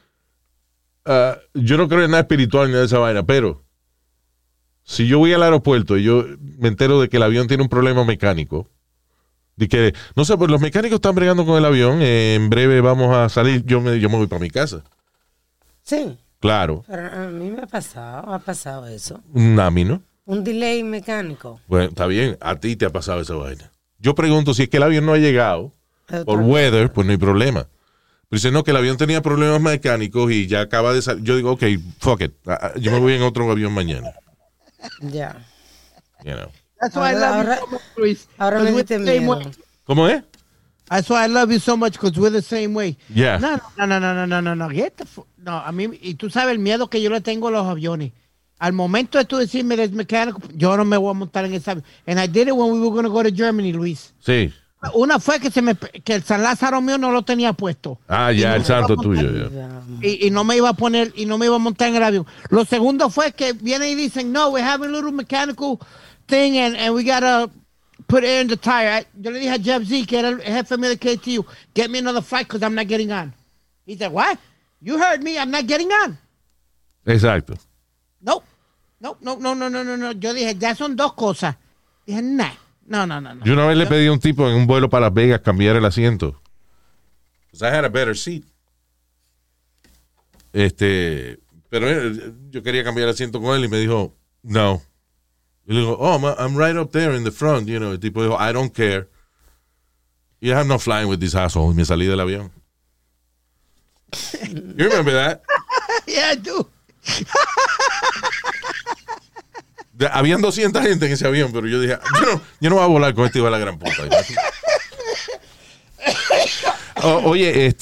[SPEAKER 4] Yo no creo en nada espiritual ni nada de esa vaina, pero si yo voy al aeropuerto y yo me entero de que el avión tiene un problema mecánico, de que, no sé, pues los mecánicos están bregando con el avión, en breve vamos a salir, yo me voy para mi casa.
[SPEAKER 5] Sí,
[SPEAKER 4] Claro,
[SPEAKER 5] pero a mí me ha pasado eso.
[SPEAKER 4] a mí no.
[SPEAKER 5] Un delay mecánico.
[SPEAKER 4] Bueno, está bien, a ti te ha pasado esa vaina. Yo pregunto si es que el avión no ha llegado, por weather, pues no hay problema. Pero dice, no, que el avión tenía problemas mecánicos y ya acaba de salir. Yo digo, ok, fuck it. Yo me voy en otro avión mañana.
[SPEAKER 5] Ya.
[SPEAKER 4] You know.
[SPEAKER 2] That's why I love you so much, Luis.
[SPEAKER 5] Ahora me
[SPEAKER 2] 'Cause we're
[SPEAKER 5] diste
[SPEAKER 2] the same
[SPEAKER 5] miedo.
[SPEAKER 2] way.
[SPEAKER 4] ¿Cómo es?
[SPEAKER 2] That's why I love you so much, because we're the same way.
[SPEAKER 4] Yeah.
[SPEAKER 2] No. Get the no, a mí, y tú sabes el miedo que yo le tengo a los aviones. Al momento de tú decirme del mecánico, yo no me voy a montar en ese avión. And I did it when we were going to go to Germany, Luis.
[SPEAKER 4] Sí.
[SPEAKER 2] Una fue que el San Lázaro mío no lo tenía puesto.
[SPEAKER 4] Ah, ya,
[SPEAKER 2] no
[SPEAKER 4] el
[SPEAKER 2] me
[SPEAKER 4] santo
[SPEAKER 2] iba a montar.
[SPEAKER 4] tuyo. Ya.
[SPEAKER 2] Y no me iba a poner, y no me iba a montar en el avión. Lo segundo fue que vienen y dicen, no, we have a little mechanical thing and we gotta put air in the tire. Yo le dije a Jeff Z, que era el jefe mío de KTU, get me another flight because I'm not getting on. He said, what? You heard me, I'm not getting on.
[SPEAKER 4] Exacto.
[SPEAKER 2] No. Yo dije, ya son dos cosas. Dije, no.
[SPEAKER 4] Yo una vez le pedí a un tipo en un vuelo para Las Vegas cambiar el asiento. Because I had a better seat. Pero Pero yo quería cambiar el asiento con él y me dijo, no. Y le digo, oh, I'm right up there in the front, you know. El tipo dijo, I don't care. Y I'm not flying with this asshole. Y me salí del avión. You remember that?
[SPEAKER 2] Yeah, I do.
[SPEAKER 4] Habían 200 gente en ese avión, pero yo dije, yo no voy a volar con este hijo de la gran puta. Oye,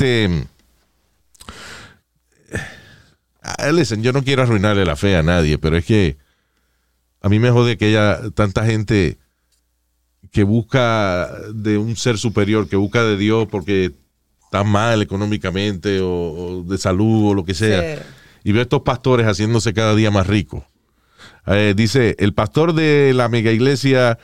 [SPEAKER 4] listen, yo no quiero arruinarle la fe a nadie, pero es que a mí me jode que haya tanta gente que busca de un ser superior, que busca de Dios porque está mal económicamente o de salud o lo que sea. Sí. Y veo estos pastores haciéndose cada día más ricos. Dice, el pastor de la mega iglesia,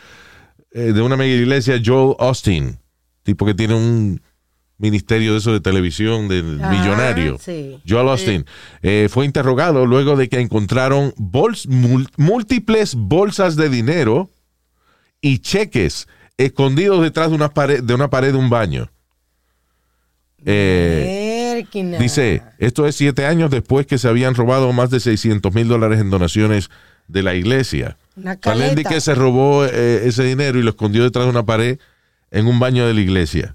[SPEAKER 4] Joel Osteen, tipo que tiene un ministerio de eso de televisión del millonario. Sí. Joel Osteen fue interrogado luego de que encontraron múltiples bolsas de dinero y cheques escondidos detrás de una pared de un baño. Dice, esto es 7 años después que se habían robado más de $600,000 en donaciones de la iglesia. Salendi que se robó ese dinero y lo escondió detrás de una pared en un baño de la iglesia.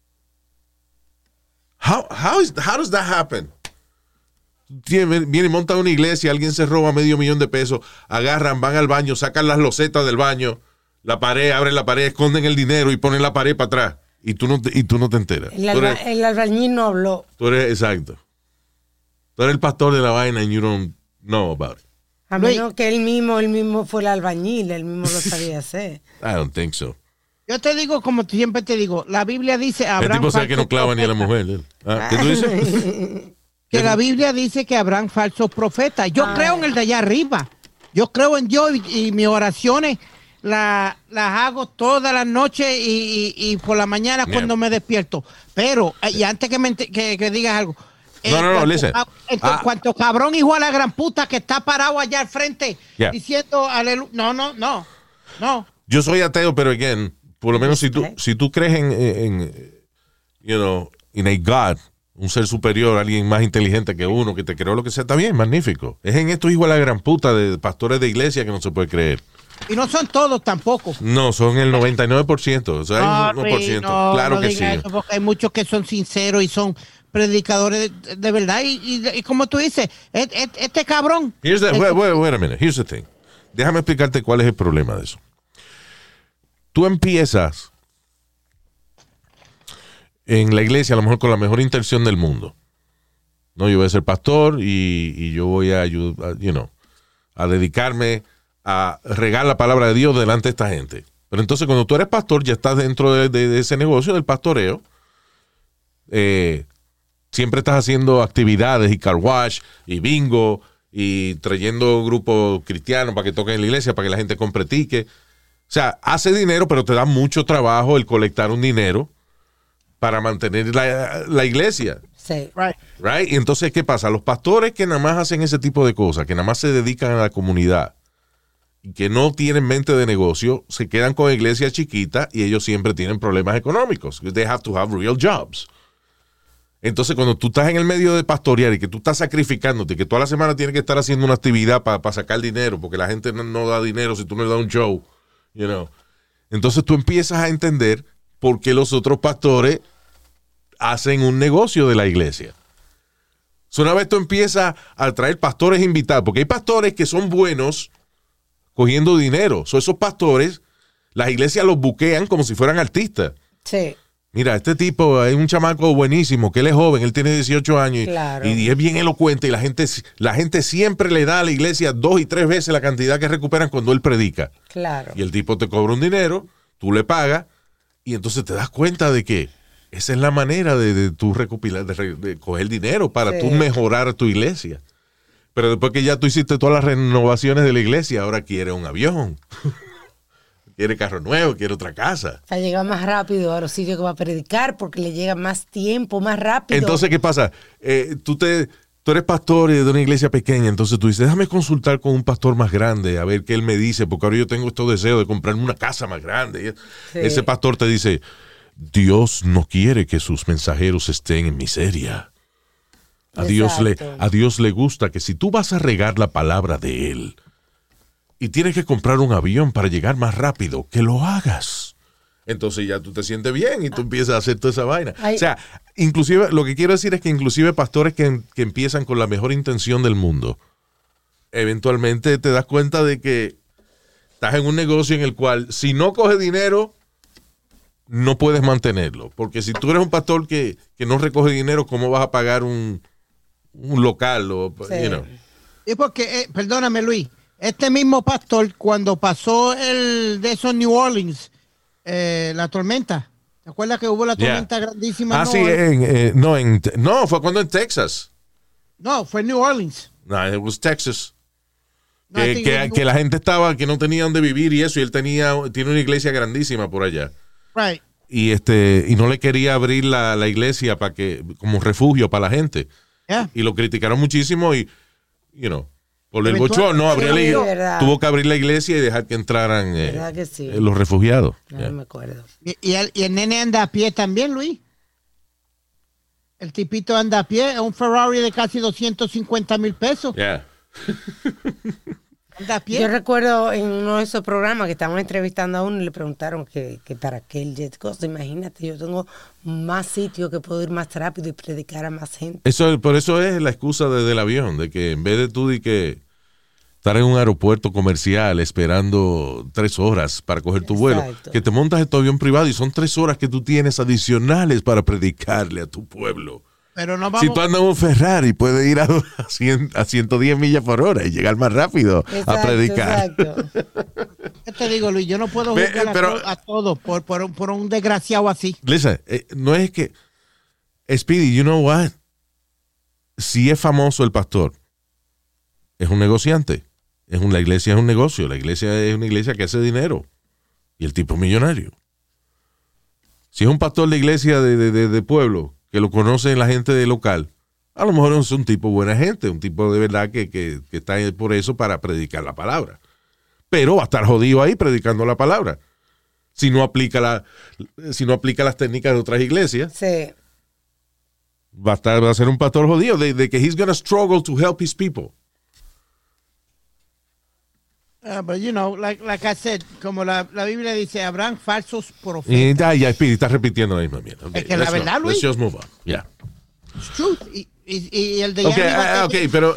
[SPEAKER 4] How does that happen? Viene y monta una iglesia, alguien se roba $500,000, agarran, van al baño, sacan las losetas del baño, la pared, abren la pared, esconden el dinero y ponen la pared para atrás. Y tú no te enteras.
[SPEAKER 5] El albañil no habló.
[SPEAKER 4] Tú eres, exacto. Tú eres el pastor de la vaina and you don't know about it.
[SPEAKER 5] A menos que él mismo fue el albañil, él mismo lo sabía hacer.
[SPEAKER 4] I don't think so.
[SPEAKER 2] Yo te digo, como siempre te digo, la Biblia dice...
[SPEAKER 4] El tipo sabe que no clava ni a la mujer. ¿Qué tú dices?
[SPEAKER 2] Que la Biblia dice que habrán falsos profetas. Yo creo en el de allá arriba. Yo creo en Dios y mis oraciones las hago todas las noches y por la mañana cuando me despierto. Pero, y antes que digas algo...
[SPEAKER 4] No, listen.
[SPEAKER 2] Cuanto cabrón hijo a la gran puta que está parado allá al frente diciendo aleluya. No.
[SPEAKER 4] Yo soy ateo, pero again, por lo menos si tú crees en in a God, un ser superior, alguien más inteligente que uno, que te creó lo que sea, está bien, magnífico. Es en estos hijos a la gran puta de pastores de iglesia que no se puede creer.
[SPEAKER 2] Y no son todos tampoco.
[SPEAKER 4] No, son el 99%. O sea, hay un 1%. Claro que sí.
[SPEAKER 2] Eso porque hay muchos que son sinceros y son predicadores de verdad. Y como tú dices, este cabrón.
[SPEAKER 4] Wait a minute. Here's the thing. Déjame explicarte cuál es el problema de eso. Tú empiezas en la iglesia a lo mejor con la mejor intención del mundo. No, yo voy a ser pastor y yo voy a ayudar, a dedicarme a regar la palabra de Dios delante de esta gente. Pero entonces cuando tú eres pastor ya estás dentro de ese negocio del pastoreo. Siempre estás haciendo actividades y car wash y bingo y trayendo grupos cristianos para que toquen en la iglesia, para que la gente compre tickets. O sea, hace dinero, pero te da mucho trabajo el colectar un dinero para mantener la iglesia.
[SPEAKER 5] Sí.
[SPEAKER 4] Right? Y entonces, ¿qué pasa? Los pastores que nada más hacen ese tipo de cosas, que nada más se dedican a la comunidad y que no tienen mente de negocio, se quedan con iglesias chiquitas y ellos siempre tienen problemas económicos. They have to have real jobs. Entonces, cuando tú estás en el medio de pastorear y que tú estás sacrificándote, que toda la semana tienes que estar haciendo una actividad para sacar dinero, porque la gente no da dinero si tú no le das un show, Entonces tú empiezas a entender por qué los otros pastores hacen un negocio de la iglesia. Una vez tú empiezas a traer pastores invitados, porque hay pastores que son buenos cogiendo dinero. Esos pastores, las iglesias los buquean como si fueran artistas.
[SPEAKER 5] Sí.
[SPEAKER 4] Mira, este tipo es un chamaco buenísimo, que él es joven, él tiene 18 años
[SPEAKER 5] claro.
[SPEAKER 4] y es bien elocuente y la gente siempre le da a la iglesia 2 y 3 veces la cantidad que recuperan cuando él predica.
[SPEAKER 5] Claro.
[SPEAKER 4] Y el tipo te cobra un dinero, tú le pagas y entonces te das cuenta de que esa es la manera de tú recopilar, de coger dinero para tú mejorar tu iglesia. Pero después que ya tú hiciste todas las renovaciones de la iglesia, ahora quiere un avión. Quiere carro nuevo, quiere otra casa.
[SPEAKER 5] Para llegar más rápido a los sitios que va a predicar porque le llega más tiempo, más rápido.
[SPEAKER 4] Entonces, ¿qué pasa? Tú eres pastor de una iglesia pequeña, entonces tú dices, déjame consultar con un pastor más grande, a ver qué él me dice, porque ahora yo tengo estos deseos de comprarme una casa más grande. Sí. Ese pastor te dice, Dios no quiere que sus mensajeros estén en miseria. A Dios
[SPEAKER 5] Exacto.
[SPEAKER 4] le gusta que si tú vas a regar la palabra de Él y tienes que comprar un avión para llegar más rápido, que lo hagas. Entonces ya tú te sientes bien y tú empiezas a hacer toda esa vaina.
[SPEAKER 5] Ay.
[SPEAKER 4] O sea, inclusive, lo que quiero decir es que inclusive pastores que empiezan con la mejor intención del mundo, eventualmente te das cuenta de que estás en un negocio en el cual si no coges dinero, no puedes mantenerlo. Porque si tú eres un pastor que no recoge dinero, ¿cómo vas a pagar un local? O,
[SPEAKER 5] Sí.
[SPEAKER 4] you know?
[SPEAKER 2] Y porque, perdóname Luis, este mismo pastor cuando pasó el de esos New Orleans, la tormenta, ¿te acuerdas que hubo la
[SPEAKER 4] Yeah.
[SPEAKER 2] tormenta grandísima?
[SPEAKER 4] Sí, no, fue cuando en Texas.
[SPEAKER 2] No, fue New Orleans.
[SPEAKER 4] No, it was Texas.
[SPEAKER 2] No, I think it was
[SPEAKER 4] Que la gente estaba, que no tenía dónde vivir y eso, y él tiene una iglesia grandísima por allá.
[SPEAKER 2] Right.
[SPEAKER 4] Y no le quería abrir la iglesia como refugio para la gente.
[SPEAKER 2] Yeah.
[SPEAKER 4] Y lo criticaron muchísimo y, por el
[SPEAKER 2] Eventual-
[SPEAKER 4] bochorno
[SPEAKER 5] Sí, verdad.
[SPEAKER 4] tuvo que abrir la iglesia y dejar que entraran
[SPEAKER 5] ¿Verdad que sí?
[SPEAKER 4] los refugiados.
[SPEAKER 5] No
[SPEAKER 4] Yeah.
[SPEAKER 5] me acuerdo.
[SPEAKER 2] Y el nene anda a pie también, Luis. El tipito anda a pie, un Ferrari de casi 250,000 pesos.
[SPEAKER 4] Yeah.
[SPEAKER 2] Anda a pie.
[SPEAKER 5] Yo recuerdo en uno de esos programas que estábamos entrevistando a uno y le preguntaron que para qué el jet cost. Imagínate, yo tengo más sitio que puedo ir más rápido y predicar a más gente.
[SPEAKER 4] Por eso es la excusa del avión, de que en vez de tú que estar en un aeropuerto comercial esperando 3 horas para coger tu vuelo,
[SPEAKER 5] Exacto.
[SPEAKER 4] que te montas en tu avión privado y son 3 horas que tú tienes adicionales para predicarle a tu pueblo.
[SPEAKER 2] Pero no
[SPEAKER 4] Si
[SPEAKER 2] vamos.
[SPEAKER 4] tú andas en un Ferrari, puedes ir a 110 millas por hora y llegar más rápido a predicar.
[SPEAKER 5] Exacto.
[SPEAKER 2] ¿Qué te digo, Luis? Yo no puedo
[SPEAKER 4] Ve,
[SPEAKER 2] juzgar
[SPEAKER 4] pero-
[SPEAKER 2] a todos por un desgraciado así.
[SPEAKER 4] Listen, no es que... Speedy, you know what? Si es famoso el pastor, es un negociante. La iglesia es un negocio. La iglesia es una iglesia que hace dinero. Y el tipo es millonario. Si es un pastor de iglesia de pueblo, que lo conoce la gente de local, a lo mejor es un tipo buena gente, un tipo de verdad que está ahí por eso para predicar la palabra. Pero va a estar jodido ahí predicando la palabra. Si no aplica las técnicas de otras iglesias,
[SPEAKER 5] Sí.
[SPEAKER 4] va a ser un pastor jodido de que he's gonna struggle to help his people.
[SPEAKER 2] But you know, like I said, como la Biblia dice, habrán falsos
[SPEAKER 4] Y
[SPEAKER 2] profetas.
[SPEAKER 4] ya, Speedy, estás repitiendo la misma mierda. Okay,
[SPEAKER 2] Es que la
[SPEAKER 4] let's go.
[SPEAKER 2] verdad, Luis.
[SPEAKER 4] Let's just move on. Yeah.
[SPEAKER 2] It's truth. Y el de
[SPEAKER 4] Okay,
[SPEAKER 2] Yanni
[SPEAKER 4] okay, pero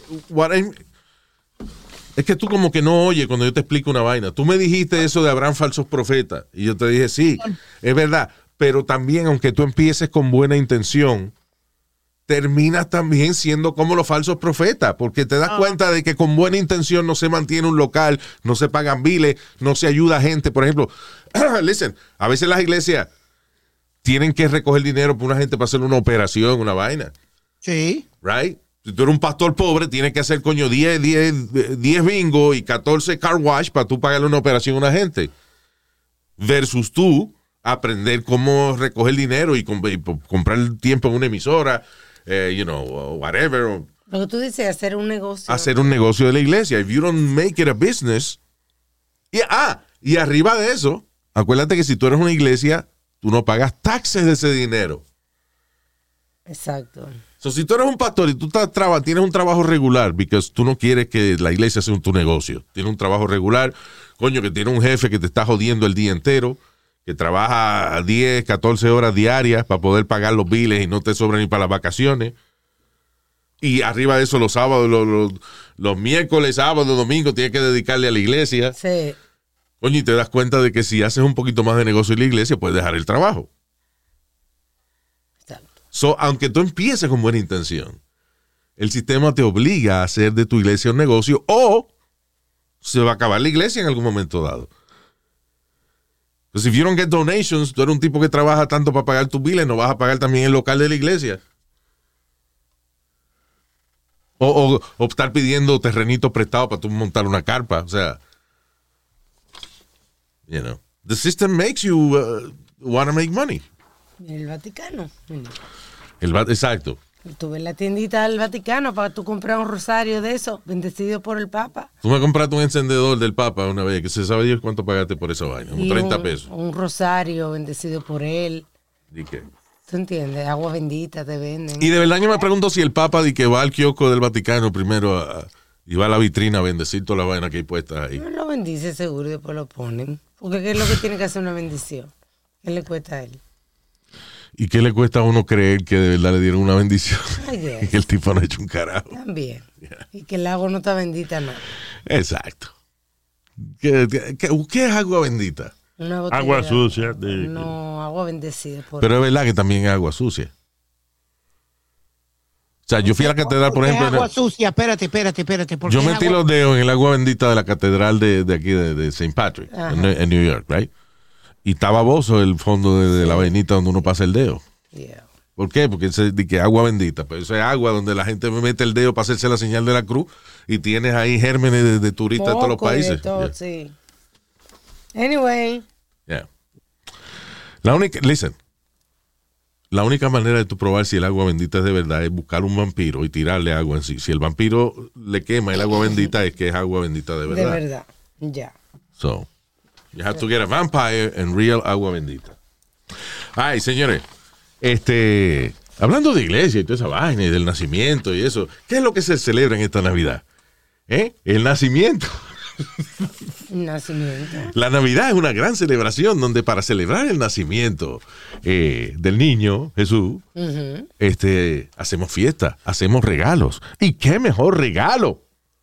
[SPEAKER 4] es que tú como que no oyes cuando yo te explico una vaina. Tú me dijiste eso de habrán falsos profetas y yo te dije, sí, es verdad, pero también aunque tú empieces con buena intención, terminas también siendo como los falsos profetas, porque te das cuenta de que con buena intención no se mantiene un local, no se pagan biles, no se ayuda a gente. Por ejemplo, listen, a veces las iglesias tienen que recoger dinero por una gente para hacer una operación, una vaina.
[SPEAKER 2] Sí.
[SPEAKER 4] Right? Si tú eres un pastor pobre, tienes que hacer, 10 bingo y 14 car wash para tú pagarle una operación a una gente. Versus tú aprender cómo recoger dinero y comprar el tiempo en una emisora, whatever.
[SPEAKER 5] Lo que tú dices, hacer un negocio.
[SPEAKER 4] Hacer un negocio de la iglesia. If you don't make it a business. Y arriba de eso, acuérdate que si tú eres una iglesia, tú no pagas taxes de ese dinero.
[SPEAKER 5] Exacto.
[SPEAKER 4] So, si tú eres un pastor y tú tienes un trabajo regular, porque tú no quieres que la iglesia sea tu negocio, tienes un trabajo regular, coño, que tiene un jefe que te está jodiendo el día entero, que trabaja 10, 14 horas diarias para poder pagar los biles y no te sobra ni para las vacaciones. Y arriba de eso, los sábados, los miércoles, sábados, domingos, tienes que dedicarle a la iglesia.
[SPEAKER 5] Sí.
[SPEAKER 4] Coño, y te das cuenta de que si haces un poquito más de negocio en la iglesia, puedes dejar el trabajo.
[SPEAKER 5] Exacto.
[SPEAKER 4] So, aunque tú empieces con buena intención, el sistema te obliga a hacer de tu iglesia un negocio o se va a acabar la iglesia en algún momento dado. Pues si you don't get donations, tú eres un tipo que trabaja tanto para pagar tus biles, no vas a pagar también el local de la iglesia. O estar pidiendo terrenitos prestados para tú montar una carpa. O sea, the system makes you want to make money.
[SPEAKER 5] El Vaticano. Mira.
[SPEAKER 4] Exacto.
[SPEAKER 5] Tuve en la tiendita del Vaticano para tú comprar un rosario de eso, bendecido por el Papa.
[SPEAKER 4] Tú me compraste un encendedor del Papa una vez, que se sabe Dios cuánto pagaste por esa vaina, como
[SPEAKER 5] Y
[SPEAKER 4] 30 pesos.
[SPEAKER 5] Un rosario bendecido por él.
[SPEAKER 4] ¿Y qué?
[SPEAKER 5] ¿Tú entiendes? Agua bendita te venden.
[SPEAKER 4] Y de verdad yo me pregunto si el Papa di que va al kiosco del Vaticano primero y va a la vitrina a bendecir toda la vaina que hay puesta ahí.
[SPEAKER 5] No lo bendice seguro y después lo ponen. Porque ¿qué es lo que tiene que hacer una bendición? ¿Qué le cuesta a él?
[SPEAKER 4] ¿Y qué le cuesta a uno creer que de verdad le dieron una bendición?
[SPEAKER 5] Ay,
[SPEAKER 4] Y que el tipo no ha hecho un carajo.
[SPEAKER 5] También. Y que el agua no está bendita, no.
[SPEAKER 4] Exacto. ¿Qué es agua bendita?
[SPEAKER 5] Una botella
[SPEAKER 6] Agua
[SPEAKER 5] de agua.
[SPEAKER 6] sucia.
[SPEAKER 5] No, agua bendecida.
[SPEAKER 4] Pero es verdad que también es agua sucia. O sea, yo fui a la catedral, por
[SPEAKER 2] ¿Qué
[SPEAKER 4] ejemplo.
[SPEAKER 2] agua sucia? Espérate. ¿por
[SPEAKER 4] Yo
[SPEAKER 2] qué
[SPEAKER 4] metí
[SPEAKER 2] agua-
[SPEAKER 4] los dedos en el agua bendita de la catedral de aquí, de St. Patrick,
[SPEAKER 5] Ajá.
[SPEAKER 4] en New York, right? Y estaba bozo el fondo de la vainita donde uno pasa el dedo.
[SPEAKER 5] Yeah.
[SPEAKER 4] ¿Por qué? Porque dice que agua bendita. Pero eso es agua donde la gente mete el dedo para hacerse la señal de la cruz y tienes ahí gérmenes de turistas de todos los
[SPEAKER 5] Moco y de
[SPEAKER 4] países.
[SPEAKER 5] todo,
[SPEAKER 4] Yeah.
[SPEAKER 5] sí. Anyway.
[SPEAKER 4] Yeah. La única manera de tú probar si el agua bendita es de verdad es buscar un vampiro y tirarle agua en sí. Si el vampiro le quema el agua bendita es que es agua bendita de verdad.
[SPEAKER 5] De verdad. Ya.
[SPEAKER 4] So, you have to get a vampire and real agua bendita. Ay, señores, hablando de iglesia y toda esa vaina y del nacimiento y eso, ¿qué es lo que se celebra en esta Navidad? El nacimiento.
[SPEAKER 5] Nacimiento.
[SPEAKER 4] La Navidad es una gran celebración donde para celebrar el nacimiento del niño Jesús, hacemos fiesta, hacemos regalos. ¿Y qué mejor regalo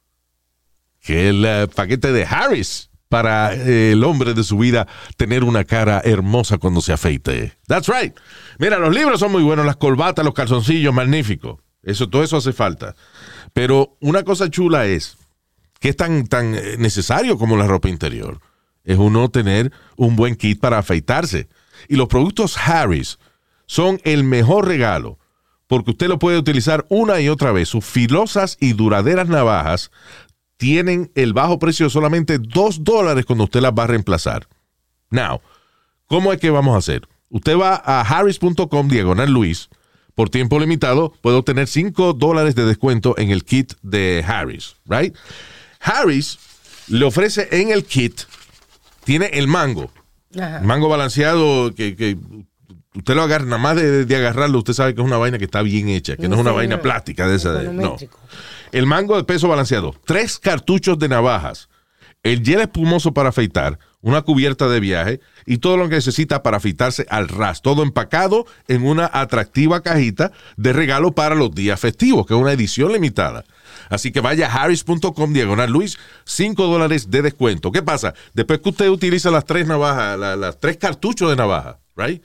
[SPEAKER 4] que el paquete de Harris para el hombre de su vida tener una cara hermosa cuando se afeite? That's right. Mira, los libros son muy buenos, las corbatas, los calzoncillos, magnífico. Todo eso hace falta. Pero una cosa chula es que es tan necesario como la ropa interior. Es uno tener un buen kit para afeitarse. Y los productos Harris son el mejor regalo porque usted lo puede utilizar una y otra vez. Sus filosas y duraderas navajas tienen el bajo precio de solamente $2 cuando usted las va a reemplazar. Now, ¿cómo es que vamos a hacer? Usted va a harris.com/Luis. Por tiempo limitado puede obtener $5 de descuento en el kit de Harris, right? Harris le ofrece en el kit, tiene el mango.
[SPEAKER 5] Ajá.
[SPEAKER 4] Mango balanceado que usted lo agarra, nada más de agarrarlo, usted sabe que es una vaina que está bien hecha, que no es una vaina plástica de esa. No.
[SPEAKER 5] Econométrico.
[SPEAKER 4] El mango de peso balanceado, 3 cartuchos de navajas, el gel espumoso para afeitar, una cubierta de viaje y todo lo que necesita para afeitarse al ras. Todo empacado en una atractiva cajita de regalo para los días festivos, que es una edición limitada. Así que vaya a harris.com/Luis, $5 de descuento. ¿Qué pasa? Después que usted utiliza las 3 navajas, las 3 cartuchos de navaja, right?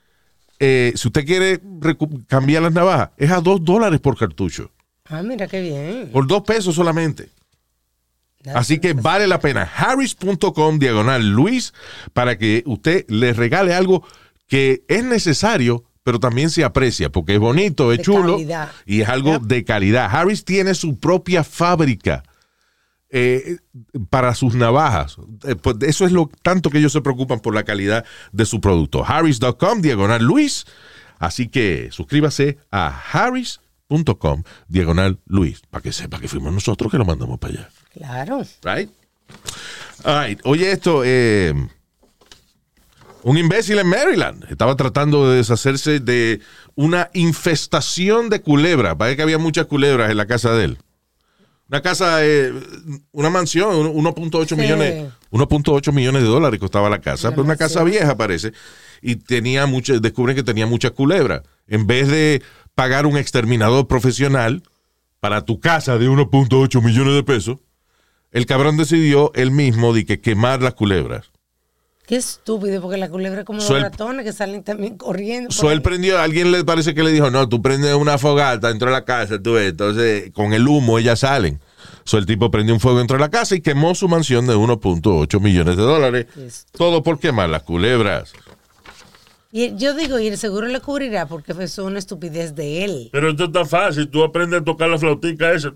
[SPEAKER 4] Si usted quiere cambiar las navajas, es a $2 por cartucho.
[SPEAKER 5] Ah, mira qué bien.
[SPEAKER 4] Por $2 solamente. Así que vale la pena. harris.com/Luis para que usted le regale algo que es necesario, pero también se aprecia, porque es bonito, es
[SPEAKER 5] De
[SPEAKER 4] chulo
[SPEAKER 5] calidad.
[SPEAKER 4] y es algo de calidad. Harris tiene su propia fábrica para sus navajas. Pues eso es lo tanto que ellos se preocupan por la calidad de su producto. harris.com/Luis. Así que suscríbase a harris.com/Luis para que sepa que fuimos nosotros que lo mandamos para allá.
[SPEAKER 5] Claro.
[SPEAKER 4] Right? All right. Oye, esto, un imbécil en Maryland estaba tratando de deshacerse de una infestación de culebras. Parece que había muchas culebras en la casa de él. Una casa, una mansión, 1.8 millones, $1.8 millones costaba la casa, pero una casa vieja parece, y descubren que tenía muchas culebras. En vez de pagar un exterminador profesional para tu casa de 1.8 millones de pesos, el cabrón decidió él mismo de que quemar las culebras.
[SPEAKER 5] Qué estúpido, porque la culebra es como los ratones que salen también corriendo.
[SPEAKER 4] Él prendió, alguien le parece que le dijo, no, tú prendes una fogata dentro de la casa, tú ves, entonces con el humo ellas salen. El tipo prendió un fuego dentro de la casa y quemó su mansión de $1.8 millones. Todo por quemar las culebras.
[SPEAKER 5] Y yo digo, y el seguro le cubrirá porque fue una estupidez de él.
[SPEAKER 6] Pero esto está fácil. Tú aprendes a tocar la flautica esa.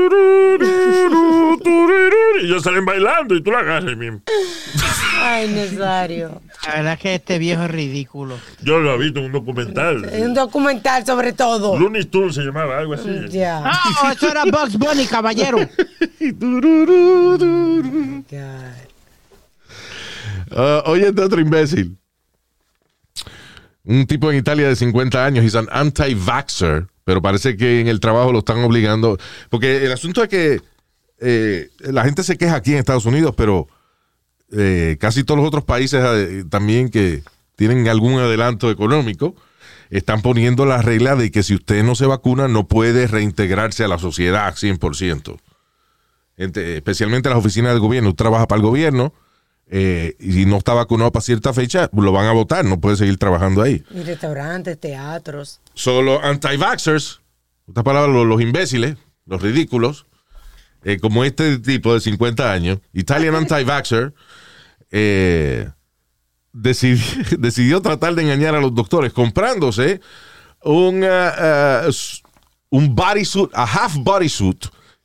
[SPEAKER 6] Y ellos salen bailando y tú la agarras ahí mismo.
[SPEAKER 5] Ay, Nazario.
[SPEAKER 2] La verdad es que este viejo es ridículo.
[SPEAKER 6] Yo lo he visto en un documental.
[SPEAKER 5] Es un documental sobre todo.
[SPEAKER 6] Looney Tunes se llamaba, algo así.
[SPEAKER 5] Ya.
[SPEAKER 2] No, eso era Bugs Bunny, caballero.
[SPEAKER 5] God.
[SPEAKER 4] Oye, este otro imbécil. Un tipo en Italia de 50 años, he's an anti-vaxxer, pero parece que en el trabajo lo están obligando. Porque el asunto es que la gente se queja aquí en Estados Unidos, pero casi todos los otros países también que tienen algún adelanto económico están poniendo la regla de que si usted no se vacuna no puede reintegrarse a la sociedad 100%. Especialmente las oficinas del gobierno. Usted trabaja para el gobierno y si no está vacunado para cierta fecha, lo van a votar, no puede seguir trabajando ahí.
[SPEAKER 5] Y restaurantes, teatros.
[SPEAKER 4] Solo anti-vaxxers, otras palabras, los imbéciles, los ridículos, como este tipo de 50 años, Italian anti-vaxxer, decidió tratar de engañar a los doctores comprándose un bodysuit, a half bodysuit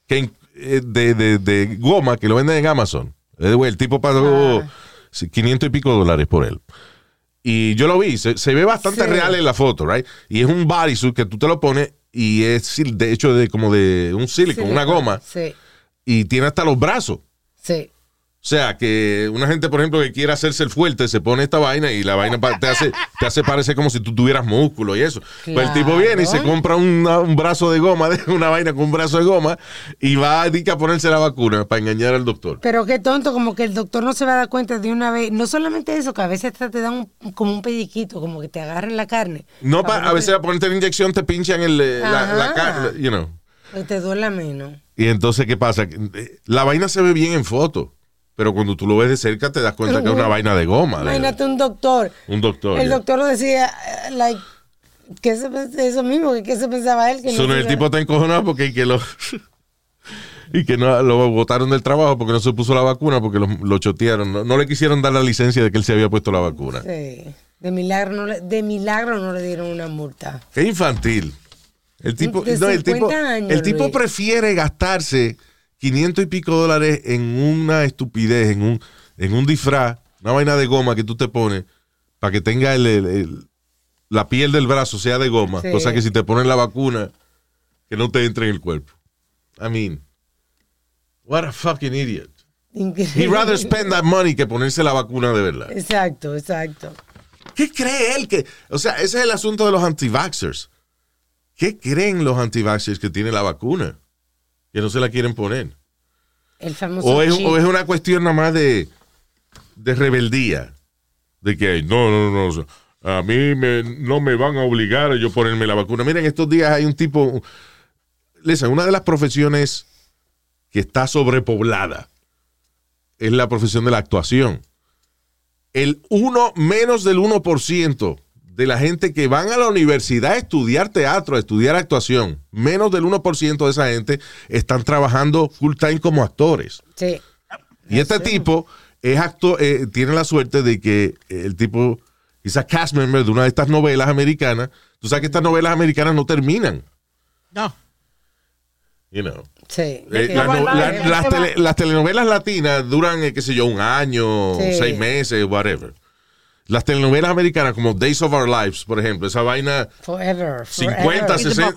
[SPEAKER 4] de goma que lo venden en Amazon. El tipo pagó $500 y pico por él. Y yo lo vi, se ve bastante real en la foto, right? Y es un bodysuit que tú te lo pones y es de hecho como de un silicone, una goma.
[SPEAKER 5] Sí.
[SPEAKER 4] Y tiene hasta los brazos.
[SPEAKER 5] Sí.
[SPEAKER 4] O sea, que una gente, por ejemplo, que quiere hacerse el fuerte, se pone esta vaina y la vaina te hace parecer como si tú tuvieras músculo y eso.
[SPEAKER 5] Claro.
[SPEAKER 4] Pues el tipo viene y se compra un brazo de goma, una vaina con un brazo de goma, y va a ponerse la vacuna para engañar al doctor.
[SPEAKER 5] Pero qué tonto, como que el doctor no se va a dar cuenta de una vez. No solamente eso, que a veces te dan como un pelliquito, como que te agarran la carne.
[SPEAKER 4] No, a veces para ponerte la inyección te pinchan la carne, you know.
[SPEAKER 5] Que te duele menos.
[SPEAKER 4] Y entonces, ¿qué pasa? La vaina se ve bien en foto. Pero cuando tú lo ves de cerca te das cuenta que es una vaina de goma.
[SPEAKER 5] Imagínate un doctor.
[SPEAKER 4] Un doctor.
[SPEAKER 5] El doctor lo decía, ¿qué se pensaba eso mismo? ¿Qué se pensaba él? Que
[SPEAKER 4] el tipo está encojonado porque y que no lo botaron del trabajo porque no se puso la vacuna, porque lo chotearon. No le quisieron dar la licencia de que él se había puesto la vacuna.
[SPEAKER 5] Sí. De milagro no le dieron una multa.
[SPEAKER 4] Qué infantil. El tipo prefiere gastarse $500 y pico en una estupidez, en un disfraz, una vaina de goma que tú te pones para que tenga la piel del brazo sea de goma, sí. Cosa que si te ponen la vacuna, que no te entre en el cuerpo. I mean, what a fucking idiot. Increíble. He'd rather spend that money que ponerse la vacuna de verdad.
[SPEAKER 5] Exacto.
[SPEAKER 4] ¿Qué cree él que? O sea, ese es el asunto de los anti-vaxxers. ¿Qué creen los anti-vaxxers que tiene la vacuna? Que no se la quieren poner.
[SPEAKER 5] El famoso
[SPEAKER 4] o es una cuestión nada más de rebeldía. De que no, a mí no me van a obligar a yo ponerme la vacuna. Miren, estos días hay un tipo, una de las profesiones que está sobrepoblada es la profesión de la actuación. Menos del 1% de la gente que van a la universidad a estudiar teatro, a estudiar actuación, menos del 1% de esa gente están trabajando full time como actores.
[SPEAKER 5] Sí.
[SPEAKER 4] Y este tipo es actor, tiene la suerte de que el tipo es a cast member de una de estas novelas americanas. Tú sabes que estas novelas americanas no terminan. You know.
[SPEAKER 5] Sí.
[SPEAKER 4] Las telenovelas latinas duran, un año,
[SPEAKER 5] sí.
[SPEAKER 4] 6 meses, whatever. Las telenovelas americanas como Days of Our Lives, por ejemplo, esa vaina
[SPEAKER 5] Forever.
[SPEAKER 4] 50,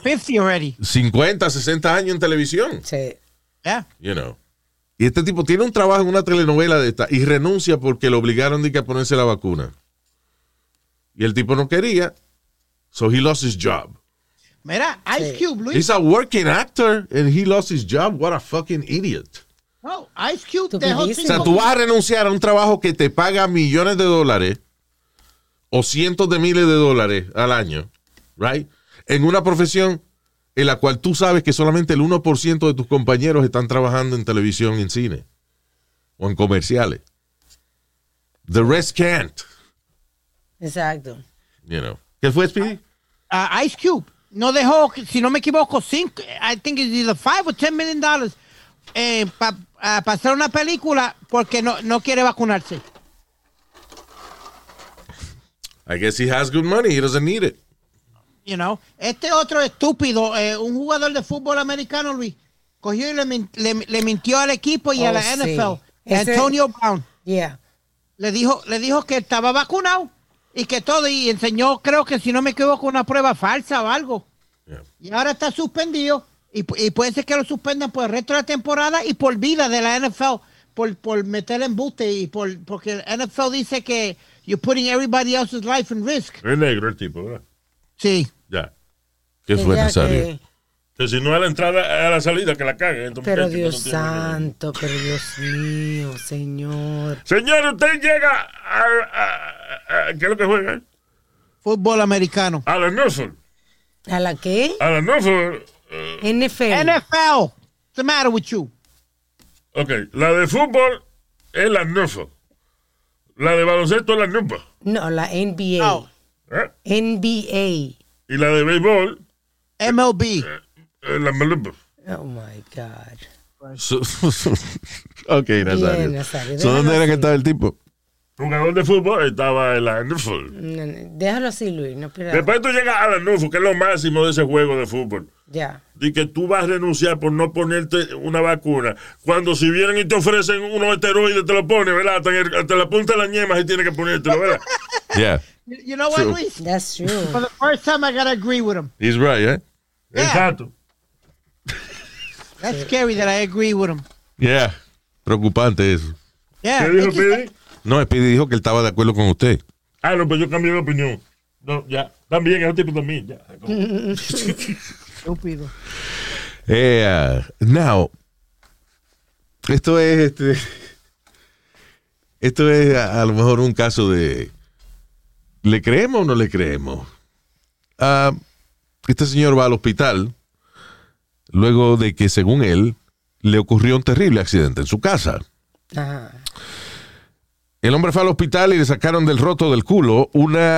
[SPEAKER 4] 60 años en televisión.
[SPEAKER 5] Sí.
[SPEAKER 2] Yeah.
[SPEAKER 4] You know. Y este tipo tiene un trabajo en una telenovela de esta y renuncia porque lo obligaron a ponerse la vacuna. Y el tipo no quería, so he lost his job.
[SPEAKER 2] Mira, Ice Cube, Luis.
[SPEAKER 4] He's a working actor and he lost his job. What a fucking idiot.
[SPEAKER 2] No, Ice Cube
[SPEAKER 4] O sea, tú vas a renunciar a un trabajo que te paga millones de dólares o cientos de miles de dólares al año, right? En una profesión en la cual tú sabes que solamente el 1% de tus compañeros están trabajando en televisión y en cine o en comerciales. The rest can't.
[SPEAKER 5] Exacto.
[SPEAKER 4] You know. ¿Qué fue, Speedy?
[SPEAKER 2] Ice Cube no dejó, si no me equivoco, I think it's either $5 o $10 million para hacer una película porque no quiere vacunarse.
[SPEAKER 4] I guess he has good money. He doesn't need it.
[SPEAKER 2] You know, este otro estúpido, un jugador de fútbol americano, Luis, cogió y le mintió al equipo y a la NFL. Antonio Brown.
[SPEAKER 5] Yeah.
[SPEAKER 2] Le dijo que estaba vacunado y que todo, y enseñó, creo que si no me equivoco, una prueba falsa o algo.
[SPEAKER 4] Yeah.
[SPEAKER 2] Y ahora está suspendido y puede ser que lo suspendan por el resto de la temporada y por vida de la NFL, por meter embuste y porque el NFL dice que you're putting everybody else's life in risk.
[SPEAKER 6] Es negro el tipo, ¿verdad?
[SPEAKER 2] Sí.
[SPEAKER 6] Ya.
[SPEAKER 4] ¿Qué fue,
[SPEAKER 5] Ya
[SPEAKER 4] Nazario?
[SPEAKER 5] que-
[SPEAKER 6] Entonces, si no a la entrada, a la salida, que la caguen. Entonces,
[SPEAKER 5] Pero
[SPEAKER 6] el tipo
[SPEAKER 5] Dios
[SPEAKER 6] no tiene-
[SPEAKER 5] santo, pero Dios mío, señor.
[SPEAKER 6] Señor, usted llega ¿qué es lo que juega?
[SPEAKER 2] Fútbol americano.
[SPEAKER 6] A la Norfolk.
[SPEAKER 5] ¿A la qué?
[SPEAKER 6] A la Norfolk.
[SPEAKER 5] NFL.
[SPEAKER 2] NFL. What's the matter with you?
[SPEAKER 6] Ok, la de fútbol es la Norfolk. La de baloncesto es la Norfolk.
[SPEAKER 5] No, la NBA.
[SPEAKER 2] No.
[SPEAKER 6] ¿Eh?
[SPEAKER 5] NBA.
[SPEAKER 6] Y la de béisbol
[SPEAKER 2] MLB.
[SPEAKER 6] es la Norfolk.
[SPEAKER 5] Oh my God.
[SPEAKER 4] Ok, Nazario.
[SPEAKER 5] Bien, Nazario,
[SPEAKER 4] So, ¿dónde
[SPEAKER 5] déjalo
[SPEAKER 4] era que
[SPEAKER 5] así.
[SPEAKER 4] estaba el tipo?
[SPEAKER 6] Jugador de fútbol estaba en la Norfolk.
[SPEAKER 5] No, no, déjalo así, Luis. No, espera.
[SPEAKER 6] Después tú llegas a la Norfolk, que es lo máximo de ese juego de fútbol.
[SPEAKER 5] Ya.
[SPEAKER 6] Y que tú vas a renunciar por no ponerte una vacuna. Cuando si vienen y te ofrecen unos esteroides, te lo pones, ¿verdad? Hasta la punta de las ñemas y tienes que ponértelo, ¿verdad?
[SPEAKER 4] Yeah,
[SPEAKER 2] You know what,
[SPEAKER 4] True.
[SPEAKER 2] Luis?
[SPEAKER 5] That's true.
[SPEAKER 2] For the first time, I gotta agree with him.
[SPEAKER 4] he's right, eh?
[SPEAKER 2] Yeah.
[SPEAKER 6] Exacto.
[SPEAKER 2] That's scary that I agree with him.
[SPEAKER 4] Yeah. Preocupante eso.
[SPEAKER 2] Yeah.
[SPEAKER 6] ¿Qué dijo
[SPEAKER 2] it's just-
[SPEAKER 6] Pidi?
[SPEAKER 4] No, Speedy dijo que él estaba de acuerdo con usted.
[SPEAKER 6] Ah, no, pues yo cambié de opinión. No, ya. También, es un tipo también, ya.
[SPEAKER 2] Estúpido.
[SPEAKER 4] Now, esto es esto es a lo mejor un caso de ¿le creemos o no le creemos? Este señor va al hospital luego de que, según él, le ocurrió un terrible accidente en su casa.
[SPEAKER 5] Ajá.
[SPEAKER 4] El hombre fue al hospital y le sacaron del roto del culo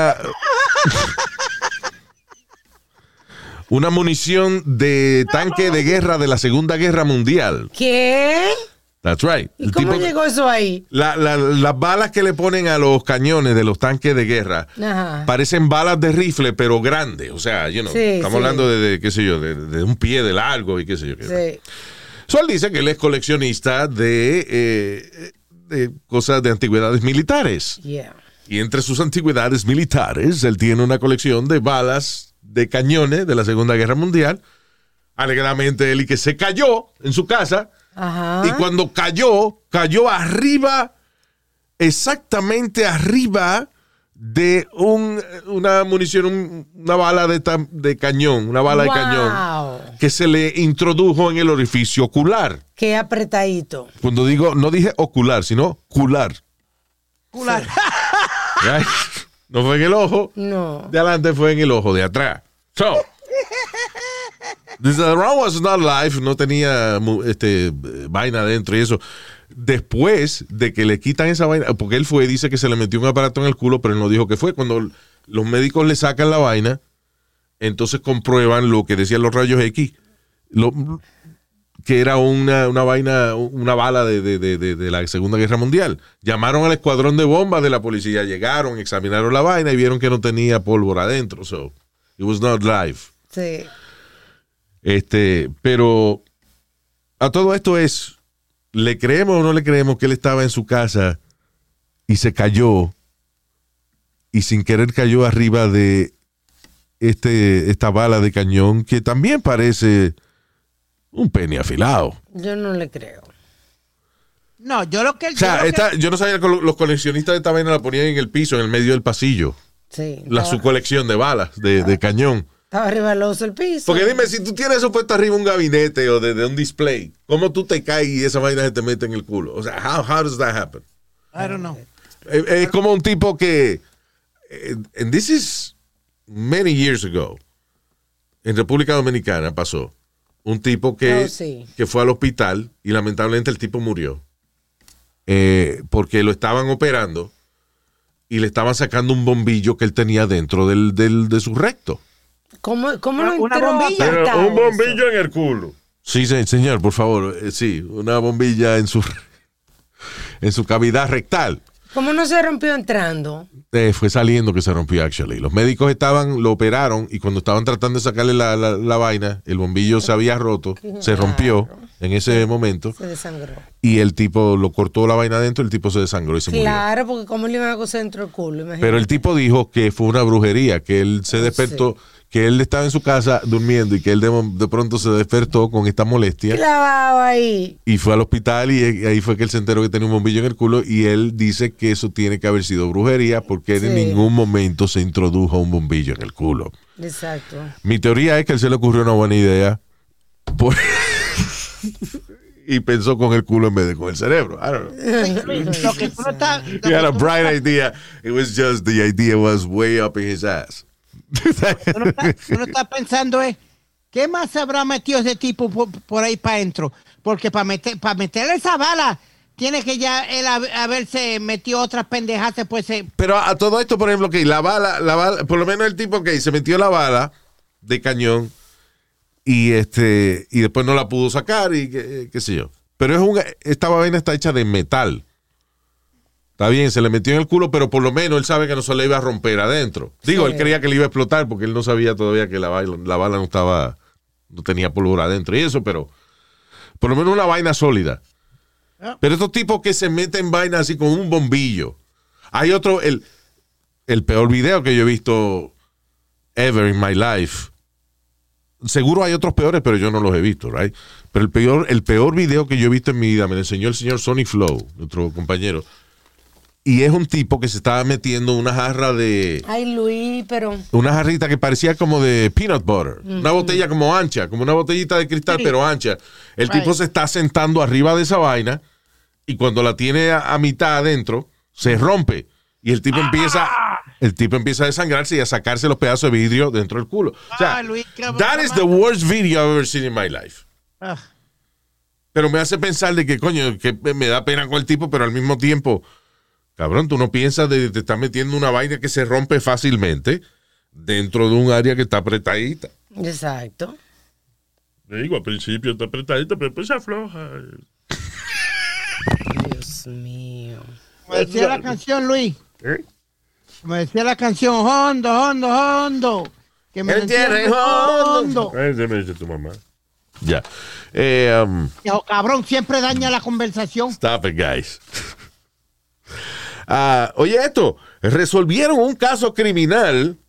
[SPEAKER 4] una munición de tanque de guerra de la Segunda Guerra Mundial.
[SPEAKER 5] ¿Qué?
[SPEAKER 4] That's right.
[SPEAKER 5] ¿Y cómo llegó eso ahí?
[SPEAKER 4] Las balas que le ponen a los cañones de los tanques de guerra
[SPEAKER 5] Ajá.
[SPEAKER 4] parecen balas de rifle, pero grandes. O sea,
[SPEAKER 5] Sí,
[SPEAKER 4] estamos
[SPEAKER 5] sí.
[SPEAKER 4] hablando de qué sé yo, de un pie de largo y qué sé yo.
[SPEAKER 5] Sí.
[SPEAKER 4] So, él dice que él es coleccionista de cosas de antigüedades militares.
[SPEAKER 5] Yeah.
[SPEAKER 4] Y entre sus antigüedades militares, él tiene una colección de balas de cañones de la Segunda Guerra Mundial. Alegadamente él y que se cayó en su casa.
[SPEAKER 5] Ajá.
[SPEAKER 4] Y cuando cayó arriba, exactamente arriba de una munición, una bala de cañón, una bala de cañón que se le introdujo en el orificio ocular.
[SPEAKER 5] Qué apretadito.
[SPEAKER 4] Cuando digo, no dije ocular, sino cular.
[SPEAKER 2] Cular.
[SPEAKER 4] Right? No fue en el ojo
[SPEAKER 5] No.
[SPEAKER 4] de adelante, fue en el ojo de atrás. So, the round was not alive, no tenía vaina adentro y eso. Después de que le quitan esa vaina, porque él fue y dice que se le metió un aparato en el culo, pero él no dijo que fue. Cuando los médicos le sacan la vaina, entonces comprueban lo que decían los rayos X, que era una vaina, una bala de la Segunda Guerra Mundial. Llamaron al escuadrón de bombas de la policía, llegaron, examinaron la vaina y vieron que no tenía pólvora adentro. So, it was not live.
[SPEAKER 5] Sí.
[SPEAKER 4] Pero a todo esto ¿le creemos o no le creemos que él estaba en su casa y se cayó y sin querer cayó arriba de esta bala de cañón que también parece un pene afilado?
[SPEAKER 5] Yo no le creo.
[SPEAKER 2] No, yo lo que...
[SPEAKER 4] O sea, yo no sabía que los coleccionistas de esta vaina la ponían en el piso, en el medio del pasillo.
[SPEAKER 5] Sí.
[SPEAKER 4] Su colección de balas, de cañón.
[SPEAKER 5] Estaba arriba del oso el piso.
[SPEAKER 4] Porque dime, si tú tienes eso puesto arriba un gabinete o de un display, ¿cómo tú te caes y esa vaina se te mete en el culo? O sea, how does that happen?
[SPEAKER 2] I don't know.
[SPEAKER 4] Es como un tipo que, and this is many years ago, en República Dominicana pasó, un tipo que fue al hospital y lamentablemente el tipo murió. Porque lo estaban operando y le estaban sacando un bombillo que él tenía dentro de su recto.
[SPEAKER 5] ¿Cómo no
[SPEAKER 2] Una
[SPEAKER 5] entró
[SPEAKER 2] bombilla.
[SPEAKER 6] Pero
[SPEAKER 5] apartado
[SPEAKER 6] un bombillo en el culo.
[SPEAKER 4] Sí, señor, por favor. Sí, una bombilla en su cavidad rectal.
[SPEAKER 5] ¿Cómo no se rompió entrando?
[SPEAKER 4] Fue saliendo que se rompió, actually. Los médicos lo operaron y cuando estaban tratando de sacarle la vaina, el bombillo se había roto, se rompió en ese momento
[SPEAKER 5] Se desangró.
[SPEAKER 4] y el tipo lo cortó la vaina adentro, el tipo se desangró y se murió.
[SPEAKER 5] Claro, porque ¿cómo le iban a coser dentro del culo? Imagínate.
[SPEAKER 4] Pero el tipo dijo que fue una brujería, que él se despertó, que él estaba en su casa durmiendo y que él de pronto se despertó con esta molestia.
[SPEAKER 5] Clavado ahí.
[SPEAKER 4] Y fue al hospital y ahí fue que él se enteró que tenía un bombillo en el culo y él dice que eso tiene que haber sido brujería porque en ningún momento se introdujo un bombillo en el culo.
[SPEAKER 5] Exacto.
[SPEAKER 4] Mi teoría es que a él se le ocurrió una buena idea y pensó con el culo en vez de con el cerebro. I don't know.
[SPEAKER 2] Lo que tú no estás-
[SPEAKER 4] He had a bright idea. It was just the idea was way up in his ass.
[SPEAKER 2] Tú no estás pensando ¿qué más se habrá metido ese tipo por ahí para adentro? Porque para meterle esa bala, tiene que ya él haberse metido otras pendejas después.
[SPEAKER 4] Pero a todo esto, por ejemplo, que la bala, por lo menos el tipo que se metió la bala de cañón y después no la pudo sacar y qué sé yo. Pero esta vaina está hecha de metal. Está bien, se le metió en el culo, pero por lo menos él sabe que no se le iba a romper adentro. Digo, él creía que le iba a explotar porque él no sabía todavía que la bala no tenía pólvora adentro y eso, pero por lo menos una vaina sólida. Pero estos tipos que se meten vainas así con un bombillo. Hay otro, el peor video que yo he visto ever in my life. Seguro hay otros peores, pero yo no los he visto, right? Pero el peor video que yo he visto en mi vida me lo enseñó el señor Sonny Flow, nuestro compañero. Y es un tipo que se estaba metiendo una jarra de...
[SPEAKER 5] Ay, Luis, pero...
[SPEAKER 4] Una jarrita que parecía como de peanut butter. Una botella como ancha, como una botellita de cristal, pero ancha. El tipo se está sentando arriba de esa vaina y cuando la tiene a mitad adentro, se rompe. Y el tipo empieza a desangrarse y a sacarse los pedazos de vidrio dentro del culo. O sea,
[SPEAKER 2] Luis,
[SPEAKER 4] that is the worst video I've ever seen in my life. Pero me hace pensar de que, coño, que me da pena con el tipo, pero al mismo tiempo... Cabrón, tú no piensas de te estás metiendo una vaina que se rompe fácilmente dentro de un área que está apretadita.
[SPEAKER 5] Exacto.
[SPEAKER 6] Le digo, al principio está apretadita, pero después se afloja.
[SPEAKER 5] Dios mío.
[SPEAKER 2] Me decía la canción, Luis.
[SPEAKER 6] ¿Eh?
[SPEAKER 2] Me decía la canción, hondo, hondo, hondo. Que me
[SPEAKER 4] Entierren
[SPEAKER 2] hondo.
[SPEAKER 6] Ese me dice tu mamá.
[SPEAKER 4] Ya.
[SPEAKER 2] Hijo, cabrón, siempre daña la conversación.
[SPEAKER 4] Stop it, guys. Oye, esto. Resolvieron un caso criminal.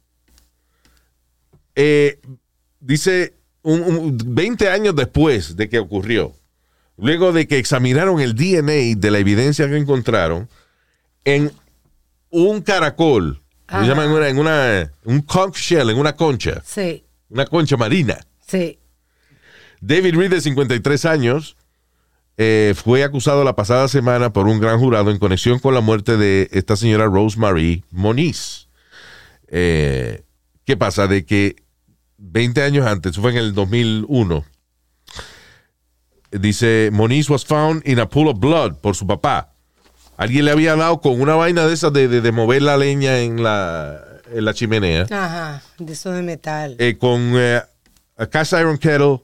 [SPEAKER 4] Dice 20 años después de que ocurrió. Luego de que examinaron el DNA de la evidencia que encontraron en un caracol. Se llama un conch shell, en una concha.
[SPEAKER 5] Sí.
[SPEAKER 4] Una concha marina.
[SPEAKER 5] Sí.
[SPEAKER 4] David Reed, de 53 años, fue acusado la pasada semana por un gran jurado en conexión con la muerte de esta señora Rosemary Moniz. ¿Qué pasa? De que 20 años antes, fue en el 2001, dice, Moniz was found in a pool of blood por su papá. Alguien le había dado con una vaina de esas de mover la leña en la chimenea.
[SPEAKER 5] Ajá, de eso de metal.
[SPEAKER 4] Con a cast iron kettle,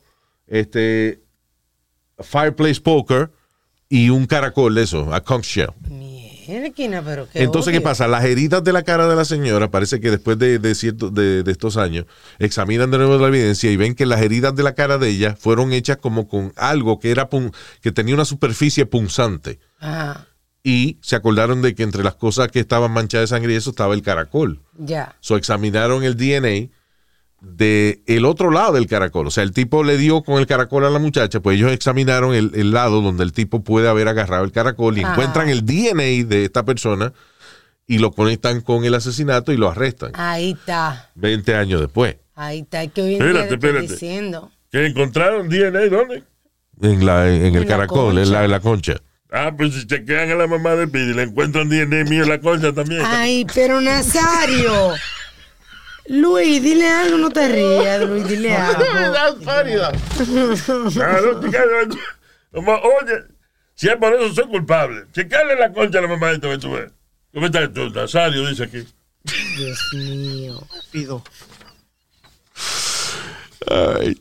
[SPEAKER 4] a fireplace poker y un caracol de eso, a conch shell.
[SPEAKER 5] Mierda, pero qué
[SPEAKER 4] Entonces, ¿qué
[SPEAKER 5] odio.
[SPEAKER 4] pasa? Las heridas de la cara de la señora, parece que después de estos años, examinan de nuevo la evidencia y ven que las heridas de la cara de ella fueron hechas como con algo que tenía una superficie punzante.
[SPEAKER 5] Ajá,
[SPEAKER 4] Y se acordaron de que entre las cosas que estaban manchadas de sangre y eso estaba el caracol.
[SPEAKER 5] ya.
[SPEAKER 4] So, examinaron el DNA de el otro lado del caracol. O sea, el tipo le dio con el caracol a la muchacha, pues ellos examinaron el lado donde el tipo puede haber agarrado el caracol y encuentran el DNA de esta persona y lo conectan con el asesinato y lo arrestan.
[SPEAKER 5] Ahí está.
[SPEAKER 4] 20 años después.
[SPEAKER 5] Ahí está. Que hoy en día te estoy
[SPEAKER 6] Espérate.
[SPEAKER 5] diciendo.
[SPEAKER 6] ¿Que encontraron DNA dónde?
[SPEAKER 4] En el
[SPEAKER 5] la
[SPEAKER 4] caracol,
[SPEAKER 5] concha.
[SPEAKER 4] en la concha.
[SPEAKER 6] Ah, pues si chequean a la mamá de Pidi, le encuentran DNA mío en la concha también.
[SPEAKER 5] Ay, pero Nazario. Luis, dile algo, no te rías, Luis, dile algo.
[SPEAKER 6] Claro, chequeale. Oye, si es por eso soy culpable. Chequeale la concha a la mamá de tu vez. ¿Cómo está esto? Nazario dice aquí.
[SPEAKER 5] Dios mío.
[SPEAKER 2] Pido.
[SPEAKER 4] Ay.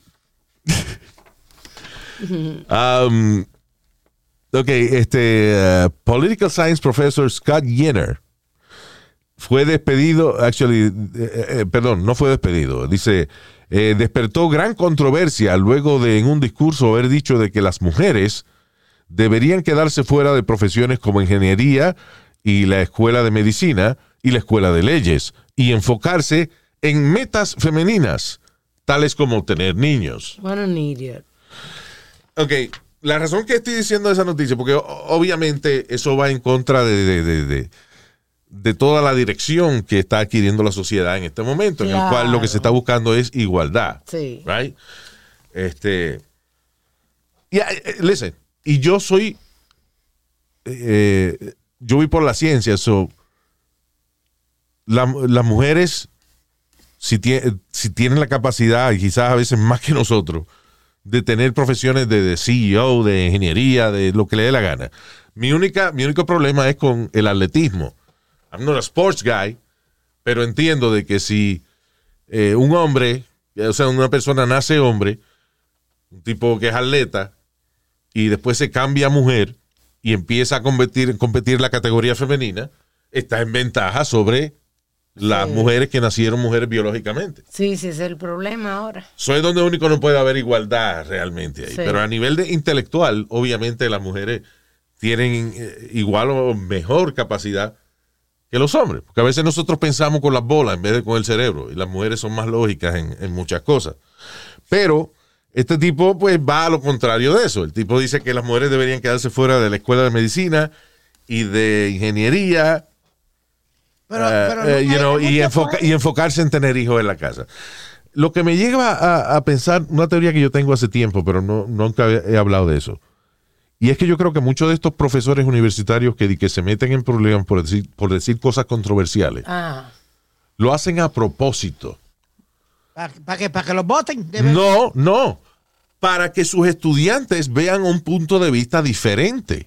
[SPEAKER 4] Ok, political science professor Scott Yenner fue despedido, perdón, no fue despedido, dice, despertó gran controversia luego de en un discurso haber dicho de que las mujeres deberían quedarse fuera de profesiones como ingeniería y la escuela de medicina y la escuela de leyes y enfocarse en metas femeninas, tales como tener niños.
[SPEAKER 5] What an idiot.
[SPEAKER 4] Ok, la razón que estoy diciendo esa noticia, porque obviamente eso va en contra de toda la dirección que está adquiriendo la sociedad en este momento, en el cual lo que se está buscando es igualdad.
[SPEAKER 5] Sí.
[SPEAKER 4] Right? Listen, y yo soy, yo voy por la ciencia, las mujeres, si tienen la capacidad, y quizás a veces más que nosotros, de tener profesiones de CEO, de ingeniería, de lo que le dé la gana. Mi único problema es con el atletismo. I'm not a sports guy, pero entiendo de que si un hombre, o sea, una persona nace hombre, un tipo que es atleta, y después se cambia a mujer y empieza a competir en la categoría femenina, está en ventaja sobre las mujeres que nacieron mujeres biológicamente.
[SPEAKER 5] Sí, ese es el problema ahora.
[SPEAKER 4] Eso es donde único no puede haber igualdad realmente ahí.
[SPEAKER 5] Sí.
[SPEAKER 4] Pero a nivel de intelectual, obviamente las mujeres tienen igual o mejor capacidad que los hombres. Porque a veces nosotros pensamos con las bolas en vez de con el cerebro. Y las mujeres son más lógicas en muchas cosas. Pero este tipo pues va a lo contrario de eso. El tipo dice que las mujeres deberían quedarse fuera de la escuela de medicina y de ingeniería. Y enfocarse en tener hijos en la casa. Lo que me lleva a pensar, una teoría que yo tengo hace tiempo, pero nunca he hablado de eso. Y es que yo creo que muchos de estos profesores universitarios que se meten en problemas por decir cosas controversiales, lo hacen a propósito.
[SPEAKER 2] ¿Para que los voten?
[SPEAKER 4] No. Para que sus estudiantes vean un punto de vista diferente.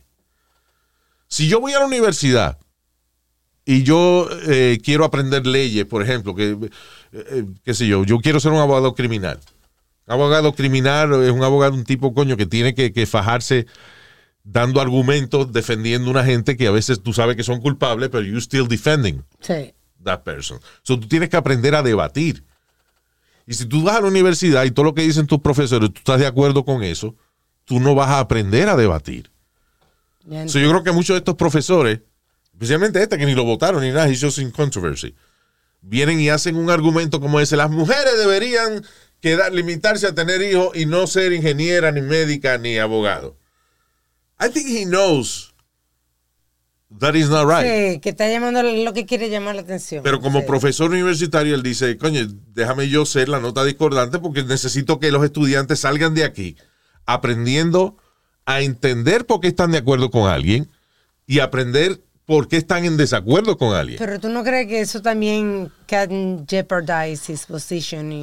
[SPEAKER 4] Si yo voy a la universidad y yo quiero aprender leyes, por ejemplo, qué sé yo quiero ser un abogado criminal. Un abogado criminal es un tipo, que tiene que fajarse dando argumentos, defendiendo a una gente que a veces tú sabes que son culpables, pero you still defending that person. So tú tienes que aprender a debatir. Y si tú vas a la universidad y todo lo que dicen tus profesores, tú estás de acuerdo con eso, tú no vas a aprender a debatir. So yo creo que muchos de estos profesores, especialmente que ni lo votaron ni nada, he's just in controversy, vienen y hacen un argumento como ese: las mujeres deberían limitarse a tener hijos y no ser ingeniera, ni médica, ni abogado. I think he knows that is not right.
[SPEAKER 5] Sí, que está llamando lo que quiere llamar la atención.
[SPEAKER 4] Pero como profesor universitario, él dice, coño, déjame yo ser la nota discordante porque necesito que los estudiantes salgan de aquí aprendiendo a entender por qué están de acuerdo con alguien y aprender por qué están en desacuerdo con alguien.
[SPEAKER 5] Pero tú no crees que eso también can jeopardize his position.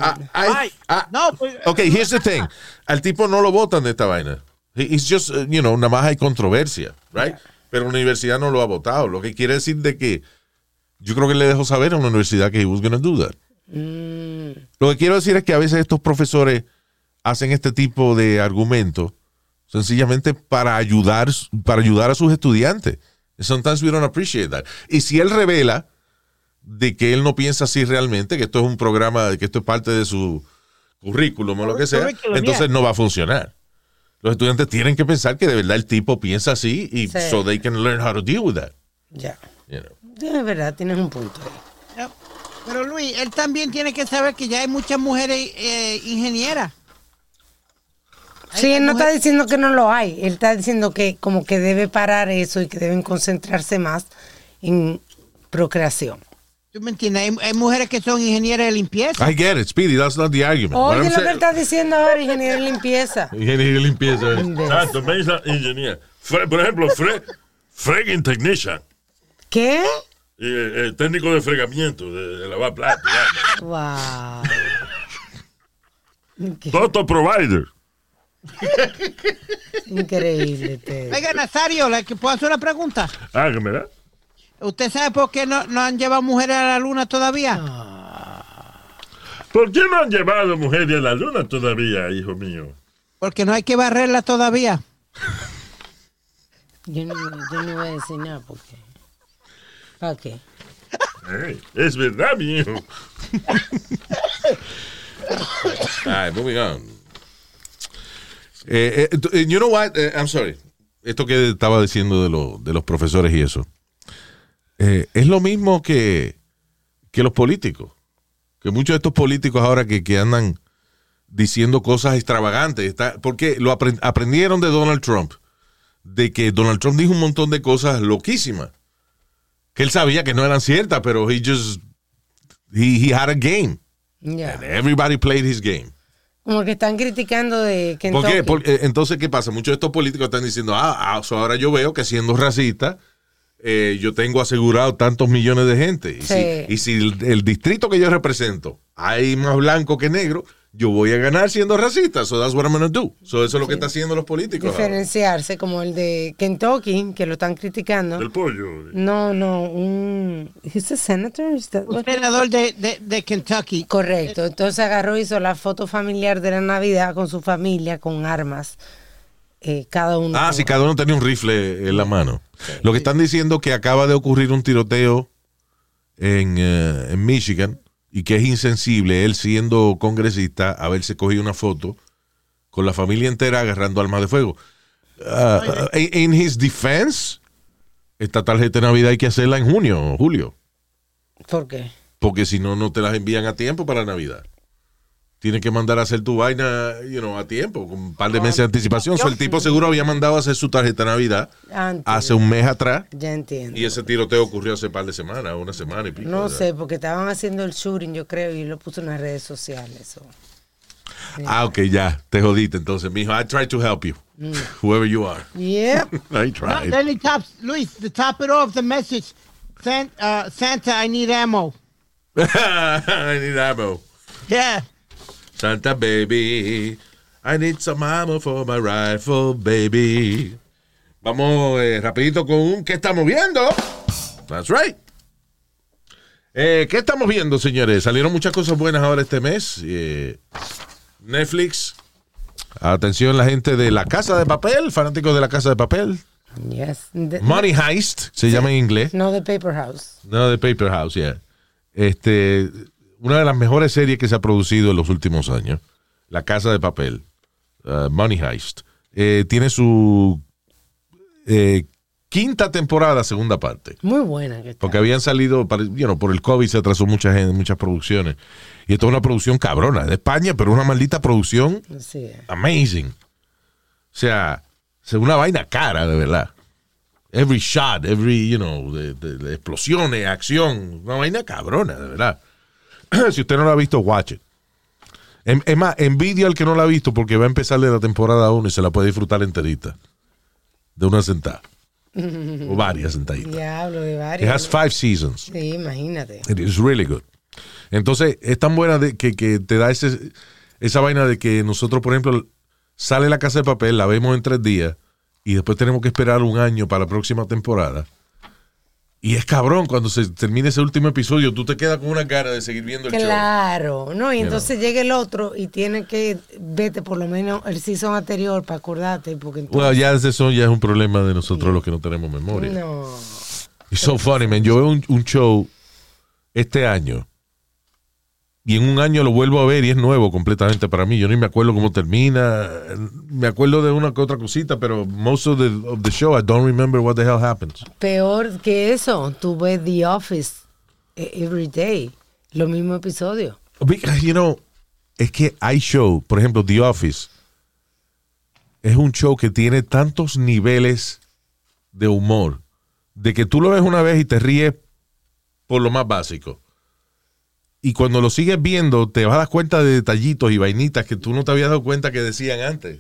[SPEAKER 4] Ok, here's the thing. Al tipo no lo votan de esta vaina. It's just, nada más hay controversia, right? Pero la universidad no lo ha votado. Lo que quiere decir de que yo creo que le dejó saber a una universidad que he was going to do that. Lo que quiero decir es que a veces estos profesores hacen este tipo de argumentos sencillamente para ayudar a sus estudiantes. Sometimes we don't appreciate that. Y si él revela de que él no piensa así realmente, que esto es un programa, que esto es parte de su currículum o lo que sea, entonces no va a funcionar. Los estudiantes tienen que pensar que de verdad el tipo piensa así y so they can learn how to deal with that.
[SPEAKER 5] Ya. De verdad, tienes un punto ahí.
[SPEAKER 2] Pero Luis, él también tiene que saber que ya hay muchas mujeres ingenieras.
[SPEAKER 5] Sí, él no está diciendo que no lo hay. Él está diciendo que como que debe parar eso y que deben concentrarse más en procreación.
[SPEAKER 2] ¿Tú me entiendes? Hay mujeres que son ingenieras de limpieza.
[SPEAKER 4] I get it, Speedy. That's not the argument.
[SPEAKER 5] Oye, lo que él está diciendo ahora, ingeniero de limpieza.
[SPEAKER 4] Ingeniero de limpieza.
[SPEAKER 6] Exacto, me dice ingeniero. Por ejemplo, fregging technician.
[SPEAKER 5] ¿Qué?
[SPEAKER 6] Técnico de fregamiento, de lavar platos.
[SPEAKER 5] Wow.
[SPEAKER 6] Toto provider.
[SPEAKER 5] Increíble, Ted.
[SPEAKER 2] Oiga, Nazario, ¿puedo hacer una pregunta?
[SPEAKER 6] Hágamela.
[SPEAKER 2] ¿Usted sabe por qué no han llevado mujeres a la luna todavía?
[SPEAKER 6] ¿Por qué no han llevado mujeres a la luna todavía, hijo mío?
[SPEAKER 2] Porque no hay que barrerla todavía.
[SPEAKER 5] Yo no voy a decir nada porque... Ok.
[SPEAKER 6] Es verdad, mi hijo.
[SPEAKER 4] All right, moving on. You know what? I'm sorry. Esto que estaba diciendo de los profesores y eso. Es lo mismo que los políticos. Que muchos de estos políticos ahora que andan diciendo cosas extravagantes, porque lo aprendieron de Donald Trump, de que Donald Trump dijo un montón de cosas loquísimas, que él sabía que no eran ciertas, pero he had a game.
[SPEAKER 5] Yeah.
[SPEAKER 4] And everybody played his game.
[SPEAKER 5] Como que están criticando de
[SPEAKER 4] ¿Por
[SPEAKER 5] Kentucky.
[SPEAKER 4] qué? Porque, entonces, ¿qué pasa? Muchos de estos políticos están diciendo, so ahora yo veo que siendo racista, yo tengo asegurado tantos millones de gente. Y si el distrito que yo represento hay más blanco que negro, yo voy a ganar siendo racista. So that's what I'm gonna do. So eso es lo que están haciendo los políticos.
[SPEAKER 5] Diferenciarse, como el de Kentucky, que lo están criticando.
[SPEAKER 6] Del pollo.
[SPEAKER 5] No, ¿es a senator?
[SPEAKER 2] Un senador de Kentucky.
[SPEAKER 5] Correcto, entonces agarró y hizo la foto familiar de la Navidad con su familia, con armas. Cada uno.
[SPEAKER 4] Sí, cada uno tenía un rifle en la mano. Lo que están diciendo que acaba de ocurrir un tiroteo en Michigan y que es insensible él siendo congresista haberse cogido una foto con la familia entera agarrando armas de fuego. In his defense, esta tarjeta de Navidad hay que hacerla en junio o julio.
[SPEAKER 5] ¿Por qué?
[SPEAKER 4] Porque si no, no te las envían a tiempo para Navidad. Tienes que mandar a hacer tu vaina, a tiempo, con un par de meses de anticipación. El tipo seguro había mandado a hacer su tarjeta de Navidad hace un mes atrás.
[SPEAKER 5] Ya entiendo.
[SPEAKER 4] Y ese tiroteo ocurrió hace un par de semanas, una semana y pico.
[SPEAKER 5] No sé, porque estaban haciendo el shooting, yo creo, y lo puso en las redes sociales.
[SPEAKER 4] Ok, ya, te jodiste entonces, mijo. I tried to help you, whoever you are.
[SPEAKER 5] Yep.
[SPEAKER 4] I tried.
[SPEAKER 2] Then he tops, Luis, to top it off, the message, Santa, I need ammo.
[SPEAKER 4] I need ammo.
[SPEAKER 2] Yeah.
[SPEAKER 4] Santa baby, I need some ammo for my rifle, baby. Vamos rapidito con ¿qué estamos viendo? That's right. ¿Qué estamos viendo, señores? Salieron muchas cosas buenas ahora este mes. Netflix. Atención la gente de La Casa de Papel, fanáticos de La Casa de Papel.
[SPEAKER 5] Yes.
[SPEAKER 4] Money Heist, se llama en inglés.
[SPEAKER 5] No, The Paper House.
[SPEAKER 4] No, The Paper House, yeah. Una de las mejores series que se ha producido en los últimos años. La Casa de Papel. Money Heist. Tiene su quinta temporada, segunda parte.
[SPEAKER 5] Muy buena. Que está.
[SPEAKER 4] Porque habían salido, por el COVID se atrasó muchas producciones. Y esto es una producción cabrona, de España, pero una maldita producción
[SPEAKER 5] Sí.
[SPEAKER 4] amazing. O sea, es una vaina cara, de verdad. Every shot, de explosiones, acción, una vaina cabrona, de verdad. Si usted no lo ha visto, watch it. Es más, envidia al que no la ha visto porque va a empezar de la temporada 1 y se la puede disfrutar enterita. De una sentada. O varias sentaditas.
[SPEAKER 5] Diablo, de
[SPEAKER 4] It
[SPEAKER 5] varios.
[SPEAKER 4] has 5 seasons.
[SPEAKER 5] Sí, imagínate.
[SPEAKER 4] It is really good. Entonces, es tan buena que te da esa vaina de que nosotros, por ejemplo, sale La Casa de Papel, la vemos en 3 días y después tenemos que esperar un año para la próxima temporada. Y es cabrón, cuando se termine ese último episodio, tú te quedas con una cara de seguir viendo el show.
[SPEAKER 5] Claro, ¿no? Y entonces llega el otro y tiene que vete por lo menos el season anterior para acordarte. Porque entonces,
[SPEAKER 4] Bueno, ya eso ya es un problema de nosotros los que no tenemos memoria.
[SPEAKER 5] no.
[SPEAKER 4] It's so funny, man. Yo veo un show este año y en un año lo vuelvo a ver y es nuevo completamente para mí. Yo ni me acuerdo cómo termina. Me acuerdo de una que otra cosita, pero most of the show I don't remember what the hell happens.
[SPEAKER 5] Peor que eso, tú ves The Office every day, los mismos episodios.
[SPEAKER 4] Because, es que hay show, por ejemplo, The Office, es un show que tiene tantos niveles de humor, de que tú lo ves una vez y te ríes por lo más básico. Y cuando lo sigues viendo, te vas a dar cuenta de detallitos y vainitas que tú no te habías dado cuenta que decían antes.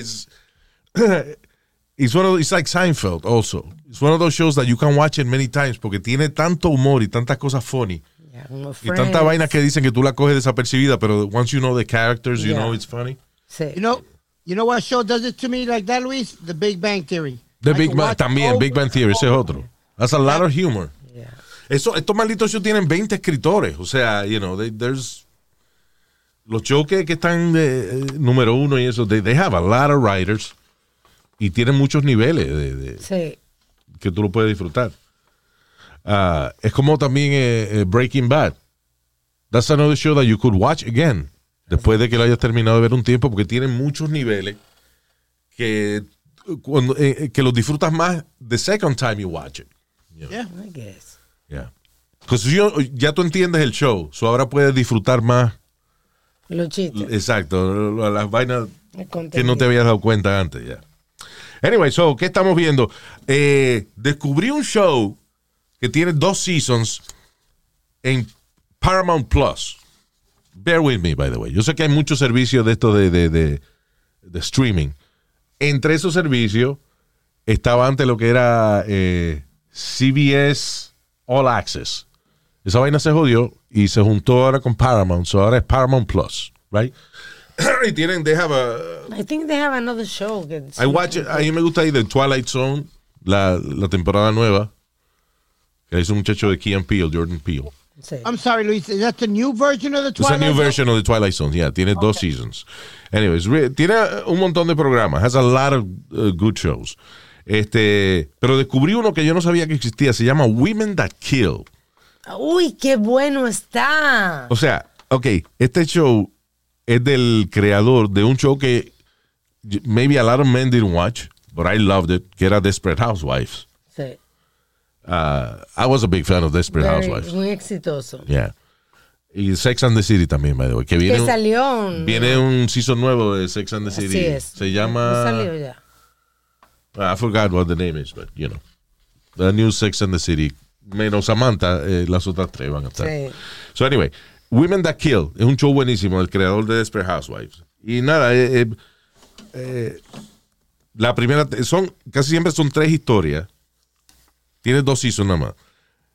[SPEAKER 4] It's like Seinfeld also. It's one of those shows that you can watch it many times porque tiene tanto humor y tantas cosas funny.
[SPEAKER 5] Yeah, como
[SPEAKER 4] Y
[SPEAKER 5] Friends.
[SPEAKER 4] tanta vaina que dicen que tú la coges desapercibida, pero once you know the characters, you
[SPEAKER 5] Yeah.
[SPEAKER 4] know it's funny.
[SPEAKER 5] Sí.
[SPEAKER 2] You know what show does it to me like that, Luis? The Big Bang Theory.
[SPEAKER 4] The
[SPEAKER 2] I
[SPEAKER 4] Big
[SPEAKER 2] can
[SPEAKER 4] Bang,
[SPEAKER 2] watch
[SPEAKER 4] también,
[SPEAKER 2] over
[SPEAKER 4] Big Bang Theory, ese es otro. That's a lot of humor.
[SPEAKER 5] Yeah.
[SPEAKER 4] Estos malditos shows tienen 20 escritores. O sea, there's los shows que están número 1 y eso, they have a lot of writers y tienen muchos niveles
[SPEAKER 5] Sí.
[SPEAKER 4] que tú lo puedes disfrutar. Es como también Breaking Bad. That's another show that you could watch again después de que lo hayas terminado de ver un tiempo porque tiene muchos niveles que los disfrutas más the second time you watch it.
[SPEAKER 2] Yeah.
[SPEAKER 5] I guess.
[SPEAKER 4] Yeah. Pues ya tú entiendes el show, so ahora puedes disfrutar más.
[SPEAKER 5] Los chistes.
[SPEAKER 4] Exacto, las vainas
[SPEAKER 5] El
[SPEAKER 4] que
[SPEAKER 5] contenido.
[SPEAKER 4] no te habías dado cuenta antes ya. Anyway, so, ¿qué estamos viendo? Descubrí un show que tiene 2 seasons en Paramount Plus. Bear with me, by the way. Yo sé que hay muchos servicios de esto de streaming. Entre esos servicios estaba antes lo que era CBS All Access. Esa vaina se jodió y se juntó ahora con Paramount. So ahora es Paramount Plus, right? Y tienen, they have a...
[SPEAKER 5] I think they have another show.
[SPEAKER 4] I watch it, a mí me gusta ahí The Twilight Zone, la temporada nueva. Que es un muchacho de Key and Peele, Jordan Peele.
[SPEAKER 5] Sí.
[SPEAKER 2] I'm sorry, Luis. Is that the new version of the
[SPEAKER 4] It's a
[SPEAKER 2] Twilight
[SPEAKER 4] new
[SPEAKER 2] Zone?
[SPEAKER 4] version of The Twilight Zone, yeah. Tiene 2 seasons. Anyways, tiene un montón de programas. Has a lot of good shows. Pero descubrí uno que yo no sabía que existía. Se llama Women That Kill.
[SPEAKER 5] Uy, qué bueno está.
[SPEAKER 4] O sea, ok, este show es del creador de un show que maybe a lot of men didn't watch, but I loved it, que era Desperate Housewives.
[SPEAKER 5] Sí.
[SPEAKER 4] I was a big fan of Desperate Housewives.
[SPEAKER 5] Muy exitoso.
[SPEAKER 4] Yeah. Y Sex and the City también, by the way. Que viene,
[SPEAKER 5] Que salió un...
[SPEAKER 4] viene un season nuevo de Sex and the City.
[SPEAKER 5] Así es.
[SPEAKER 4] Se llama...
[SPEAKER 5] No salió ya.
[SPEAKER 4] I forgot what the name is, but you know. The new Sex and the City. Menos Samantha, las otras 3 van a estar.
[SPEAKER 5] Sí.
[SPEAKER 4] So anyway, Women That Kill es un show buenísimo del creador de Desperate Housewives. Y nada, la primera, casi siempre son 3 historias. Tiene 2 seasons nada más.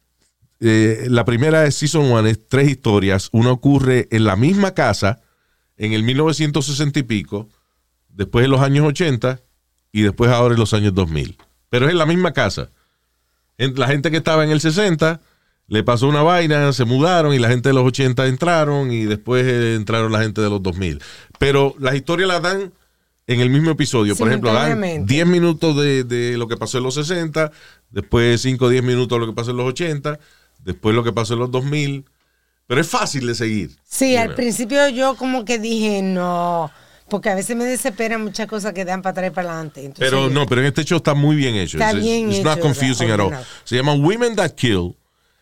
[SPEAKER 4] La primera es Season 1, es 3 historias. Una ocurre en la misma casa en el 1960 y pico, después en los años 80 y después ahora en los años 2000. Pero es en la misma casa. La gente que estaba en el 60 le pasó una vaina, se mudaron y la gente de los 80 entraron y después entraron la gente de los 2000. Pero las historias las dan en el mismo episodio. Por ejemplo, dan 10 minutos de lo que pasó en los 60, después 5 o 10 minutos de lo que pasó en los 80, después lo que pasó en los 2000. Pero es fácil de seguir.
[SPEAKER 5] Sí, al principio yo como que dije no, porque a veces me desesperan muchas cosas que dan para atrás y para adelante. Entonces,
[SPEAKER 4] Pero no, pero en este show está muy bien hecho.
[SPEAKER 5] Está bien
[SPEAKER 4] It's
[SPEAKER 5] hecho,
[SPEAKER 4] not confusing at all.
[SPEAKER 5] ordenado.
[SPEAKER 4] Se llama Women That Kill.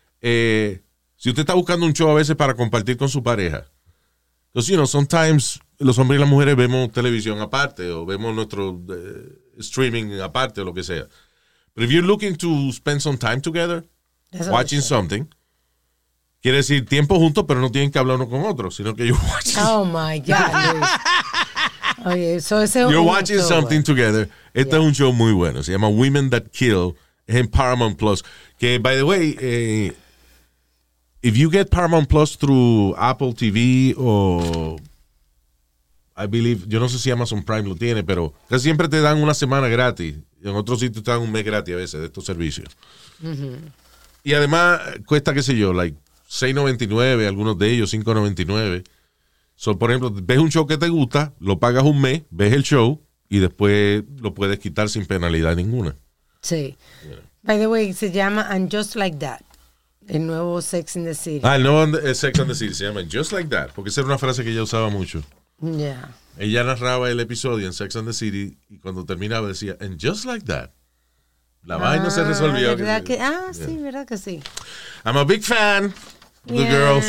[SPEAKER 4] Si usted está buscando un show a veces para compartir con su pareja, because, you know, sometimes los hombres y las mujeres vemos televisión aparte o vemos nuestro streaming aparte o lo que sea. But if you're looking to spend some time together,
[SPEAKER 5] That's
[SPEAKER 4] watching something, quiere decir tiempo juntos, pero no tienen que hablar uno con otro, sino que you're watching,
[SPEAKER 5] oh my God, Luis. Oye, eso es
[SPEAKER 4] you're watching something together. Este es un show muy bueno. Se llama Women That Kill. Es en Paramount Plus. Que, by the way, if you get Paramount Plus through Apple TV o I believe, yo no sé si Amazon Prime lo tiene, pero casi siempre te dan una semana gratis. En otros sitios te dan un mes gratis a veces de estos servicios. Y además cuesta, qué sé yo, like $6.99, algunos de ellos $5.99. So, por ejemplo, ves un show que te gusta, lo pagas un mes, ves el show y después lo puedes quitar sin penalidad ninguna.
[SPEAKER 5] Sí. By the way, se llama And Just Like That. El nuevo Sex in the City.
[SPEAKER 4] El nuevo Sex and the City se llama Just Like That, porque esa era una frase que ella usaba mucho.
[SPEAKER 5] Yeah.
[SPEAKER 4] Ella narraba el episodio en Sex and the City y cuando terminaba decía, and just like that. La vaina se resolvió.
[SPEAKER 5] ¿Verdad que? Sí, verdad que sí.
[SPEAKER 4] I'm a big fan of the girls.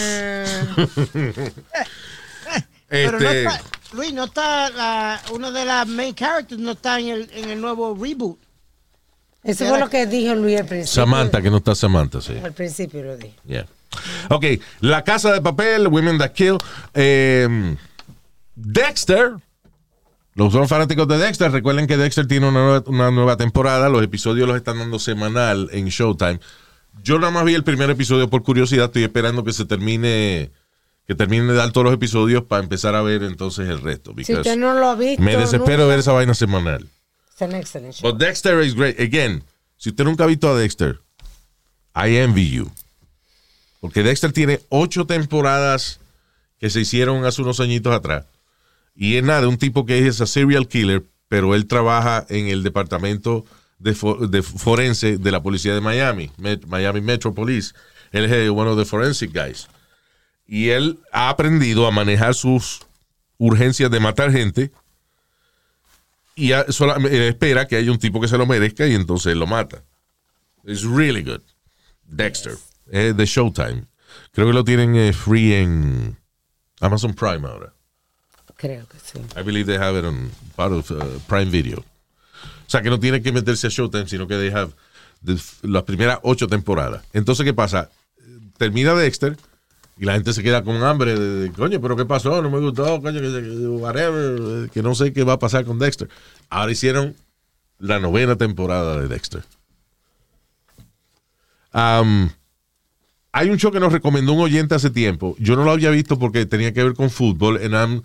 [SPEAKER 2] Pero no está, Luis, no está uno de las main characters no está en el nuevo reboot.
[SPEAKER 5] Eso fue lo que dijo Luis al principio.
[SPEAKER 4] Samantha, que no está Samantha, sí.
[SPEAKER 5] Al principio lo dije.
[SPEAKER 4] Yeah. Ok, La Casa de Papel, Women That Kill. Dexter. Los son fanáticos de Dexter. Recuerden que Dexter tiene una nueva temporada. Los episodios los están dando semanal en Showtime. Yo nada más vi el primer episodio por curiosidad. Estoy esperando que termine de dar todos los episodios para empezar a ver entonces el resto.
[SPEAKER 5] Si usted no lo ha visto,
[SPEAKER 4] me desespero
[SPEAKER 5] nunca,
[SPEAKER 4] ver esa vaina semanal.
[SPEAKER 5] Es un excelente show.
[SPEAKER 4] But Dexter is great. Again, si usted nunca ha visto a Dexter, I envy you. Porque Dexter tiene 8 temporadas que se hicieron hace unos añitos atrás. Y es nada, un tipo que es a serial killer, pero él trabaja en el departamento de forense de la policía de Miami, Miami Metro Police. Él es one of the forensic guys. Y él ha aprendido a manejar sus urgencias de matar gente y espera que haya un tipo que se lo merezca y entonces él lo mata. It's really good. Dexter. de Showtime. Creo que lo tienen free en Amazon Prime ahora.
[SPEAKER 5] Creo que sí.
[SPEAKER 4] I believe they have it on part of Prime Video. O sea, que no tiene que meterse a Showtime, sino que they have las primeras 8 temporadas. Entonces, ¿qué pasa? Termina Dexter y la gente se queda con hambre de coño, ¿pero qué pasó? No me gustó, coño, whatever, que no sé qué va a pasar con Dexter. Ahora hicieron la 9ª temporada de Dexter. Hay un show que nos recomendó un oyente hace tiempo. Yo no lo había visto porque tenía que ver con fútbol.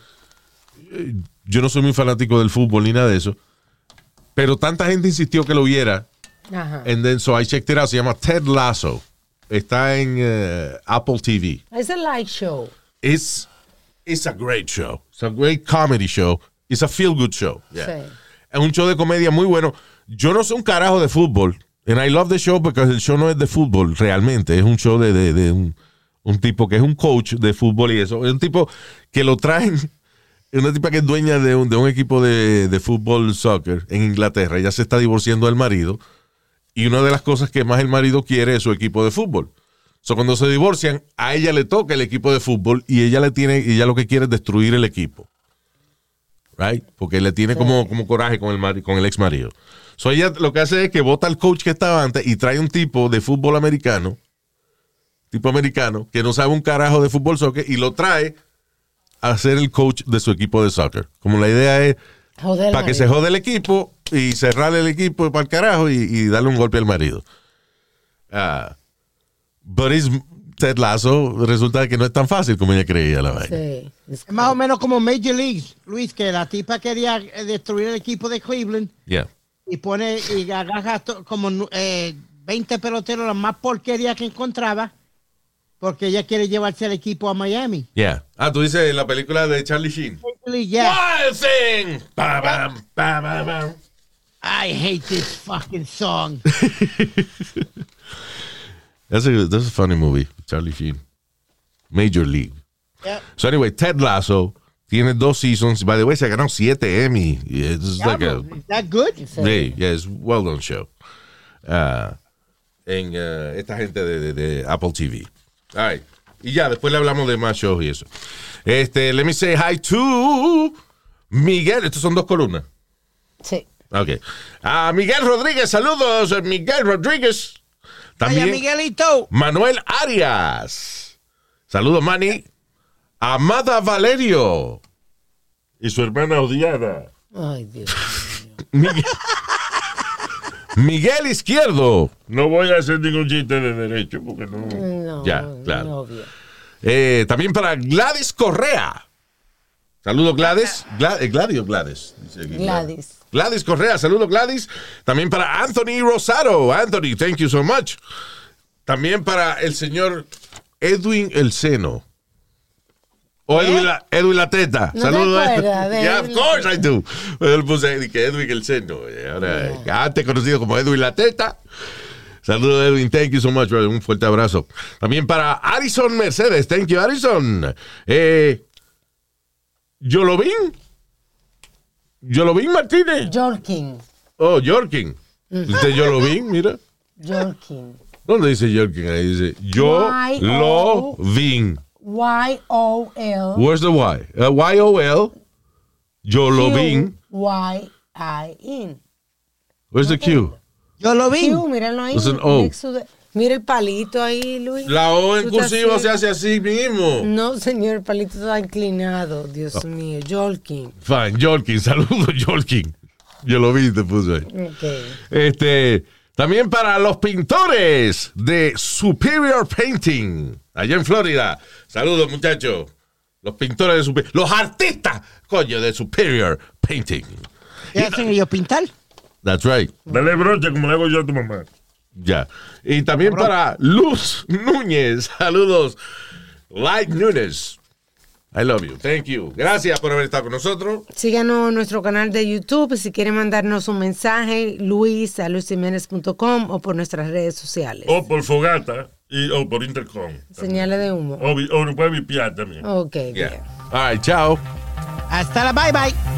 [SPEAKER 4] Yo no soy muy fanático del fútbol ni nada de eso. Pero tanta gente insistió que lo viera.
[SPEAKER 5] Ajá.
[SPEAKER 4] And then so I checked it out. Se llama Ted Lasso. Está en Apple TV.
[SPEAKER 5] Es el light show.
[SPEAKER 4] It's a great show. It's a great comedy show. It's a feel-good show. Yeah.
[SPEAKER 5] Sí.
[SPEAKER 4] Es un show de comedia muy bueno. Yo no sé un carajo de fútbol. And I love the show porque el show no es de fútbol realmente. Es un show de un tipo que es un coach de fútbol y eso. Es un tipo que lo traen. Es una tipa que es dueña de un equipo de fútbol, soccer en Inglaterra. Ella se está divorciando del marido. Y una de las cosas que más el marido quiere es su equipo de fútbol. So, cuando se divorcian, a ella le toca el equipo de fútbol y ella lo que quiere es destruir el equipo. Right? Porque le tiene como coraje con el ex marido. So, ella lo que hace es que bota al coach que estaba antes y trae un tipo de fútbol americano, que no sabe un carajo de fútbol soccer y lo trae a ser el coach de su equipo de soccer. Como la idea es para que se jode el equipo y cerrarle el equipo para el carajo y darle un golpe al marido. But it's Ted Lasso. Resulta que no es tan fácil como ella creía la vaina.
[SPEAKER 5] Sí.
[SPEAKER 2] Es más o menos como Major League, Luis, que la tipa quería destruir el equipo de Cleveland
[SPEAKER 4] Yeah.
[SPEAKER 2] y agarra como 20 peloteros, la más porquería que encontraba, porque ella quiere llevarse el equipo a Miami.
[SPEAKER 4] Yeah. Tú dices la película de Charlie Sheen.
[SPEAKER 2] Yeah.
[SPEAKER 4] Wild Thing. Ba, bam, ba, ba, bam.
[SPEAKER 2] I hate this fucking song.
[SPEAKER 4] That's a funny movie, Charlie Sheen. Major League.
[SPEAKER 2] Yeah.
[SPEAKER 4] So anyway, Ted Lasso tiene 2 seasons. By the way, se ganó 7 Emmy. It's like
[SPEAKER 2] Is that good?
[SPEAKER 4] yeah, it's well done show. En esta gente de Apple TV. All right. Y ya, después le hablamos de más shows y eso. Let me say hi to Miguel. Estos son 2 columnas.
[SPEAKER 5] Sí.
[SPEAKER 4] Ok. Miguel Rodríguez, saludos, Miguel Rodríguez. También
[SPEAKER 2] Vaya, Miguelito.
[SPEAKER 4] Manuel Arias. Saludos, Manny. Amada Valerio.
[SPEAKER 6] Y su hermana odiada.
[SPEAKER 5] Ay, Dios.
[SPEAKER 4] Miguel Izquierdo.
[SPEAKER 6] No voy a hacer ningún chiste de derecho porque no.
[SPEAKER 5] No,
[SPEAKER 4] Ya, claro.
[SPEAKER 5] no, obvio.
[SPEAKER 4] También para Gladys Correa. Saludos, Gladys. ¿Gladys o Gladys? Dice aquí,
[SPEAKER 5] Gladys.
[SPEAKER 4] Gladys Correa, saludos, Gladys. También para Anthony Rosado. Anthony, thank you so much. También para el señor Edwin El Seno. O Edwin La Teta.
[SPEAKER 5] ¿No
[SPEAKER 4] saludos.
[SPEAKER 5] te acuerdas de
[SPEAKER 4] Yeah, of
[SPEAKER 5] Edwin?
[SPEAKER 4] course I do. Él puse que Edwin El Seno. Ahora, antes conocido como Edwin La Teta. Saludos, Edwin. Thank you so much, brother. Un fuerte abrazo. También para Arison Mercedes. Thank you, Arison. Yolovin Martínez.
[SPEAKER 5] Jorkin.
[SPEAKER 4] Oh, Yorkin. Dice Yolovin, mira.
[SPEAKER 5] Jorkin.
[SPEAKER 4] ¿Dónde dice Yorkin? Ahí dice Yolovin.
[SPEAKER 5] Y-O-L.
[SPEAKER 4] Where's the Y? Y-O-L. Yolovin.
[SPEAKER 5] Y-I-N.
[SPEAKER 4] Where's the Q?
[SPEAKER 2] Yo lo vi.
[SPEAKER 5] Q, míralo ahí.
[SPEAKER 4] Es un O.
[SPEAKER 5] Mira el palito ahí, Luis.
[SPEAKER 4] La O en
[SPEAKER 5] Tú estás
[SPEAKER 4] cursivo se
[SPEAKER 5] ciego.
[SPEAKER 4] hace así mismo.
[SPEAKER 5] No, señor, el palito está inclinado. Dios mío. Jorkin.
[SPEAKER 4] Fine, Yorkin. Saludos, Yorkin. Yolovin te puso ahí.
[SPEAKER 5] Ok.
[SPEAKER 4] También para los pintores de Superior Painting, allá en Florida. Saludos, muchachos. Los pintores de Superior. Los artistas, coño, de Superior Painting.
[SPEAKER 2] ¿Qué hacen ellos pintar?
[SPEAKER 4] That's right.
[SPEAKER 6] Dale brocha como le hago yo a tu mamá.
[SPEAKER 4] Ya. Y también para Luz Núñez. Saludos. Light Núñez. I love you. Thank you. Gracias por haber estado con nosotros.
[SPEAKER 5] Síganos en nuestro canal de YouTube. Si quieren mandarnos un mensaje, luis@luisjimenez.com o por nuestras redes sociales.
[SPEAKER 6] O por fogata o por intercom.
[SPEAKER 5] Señales de humo.
[SPEAKER 6] O no puede vipiar también.
[SPEAKER 5] Ok,
[SPEAKER 4] Yeah.
[SPEAKER 5] bien.
[SPEAKER 4] All right, chao.
[SPEAKER 2] Hasta la bye bye.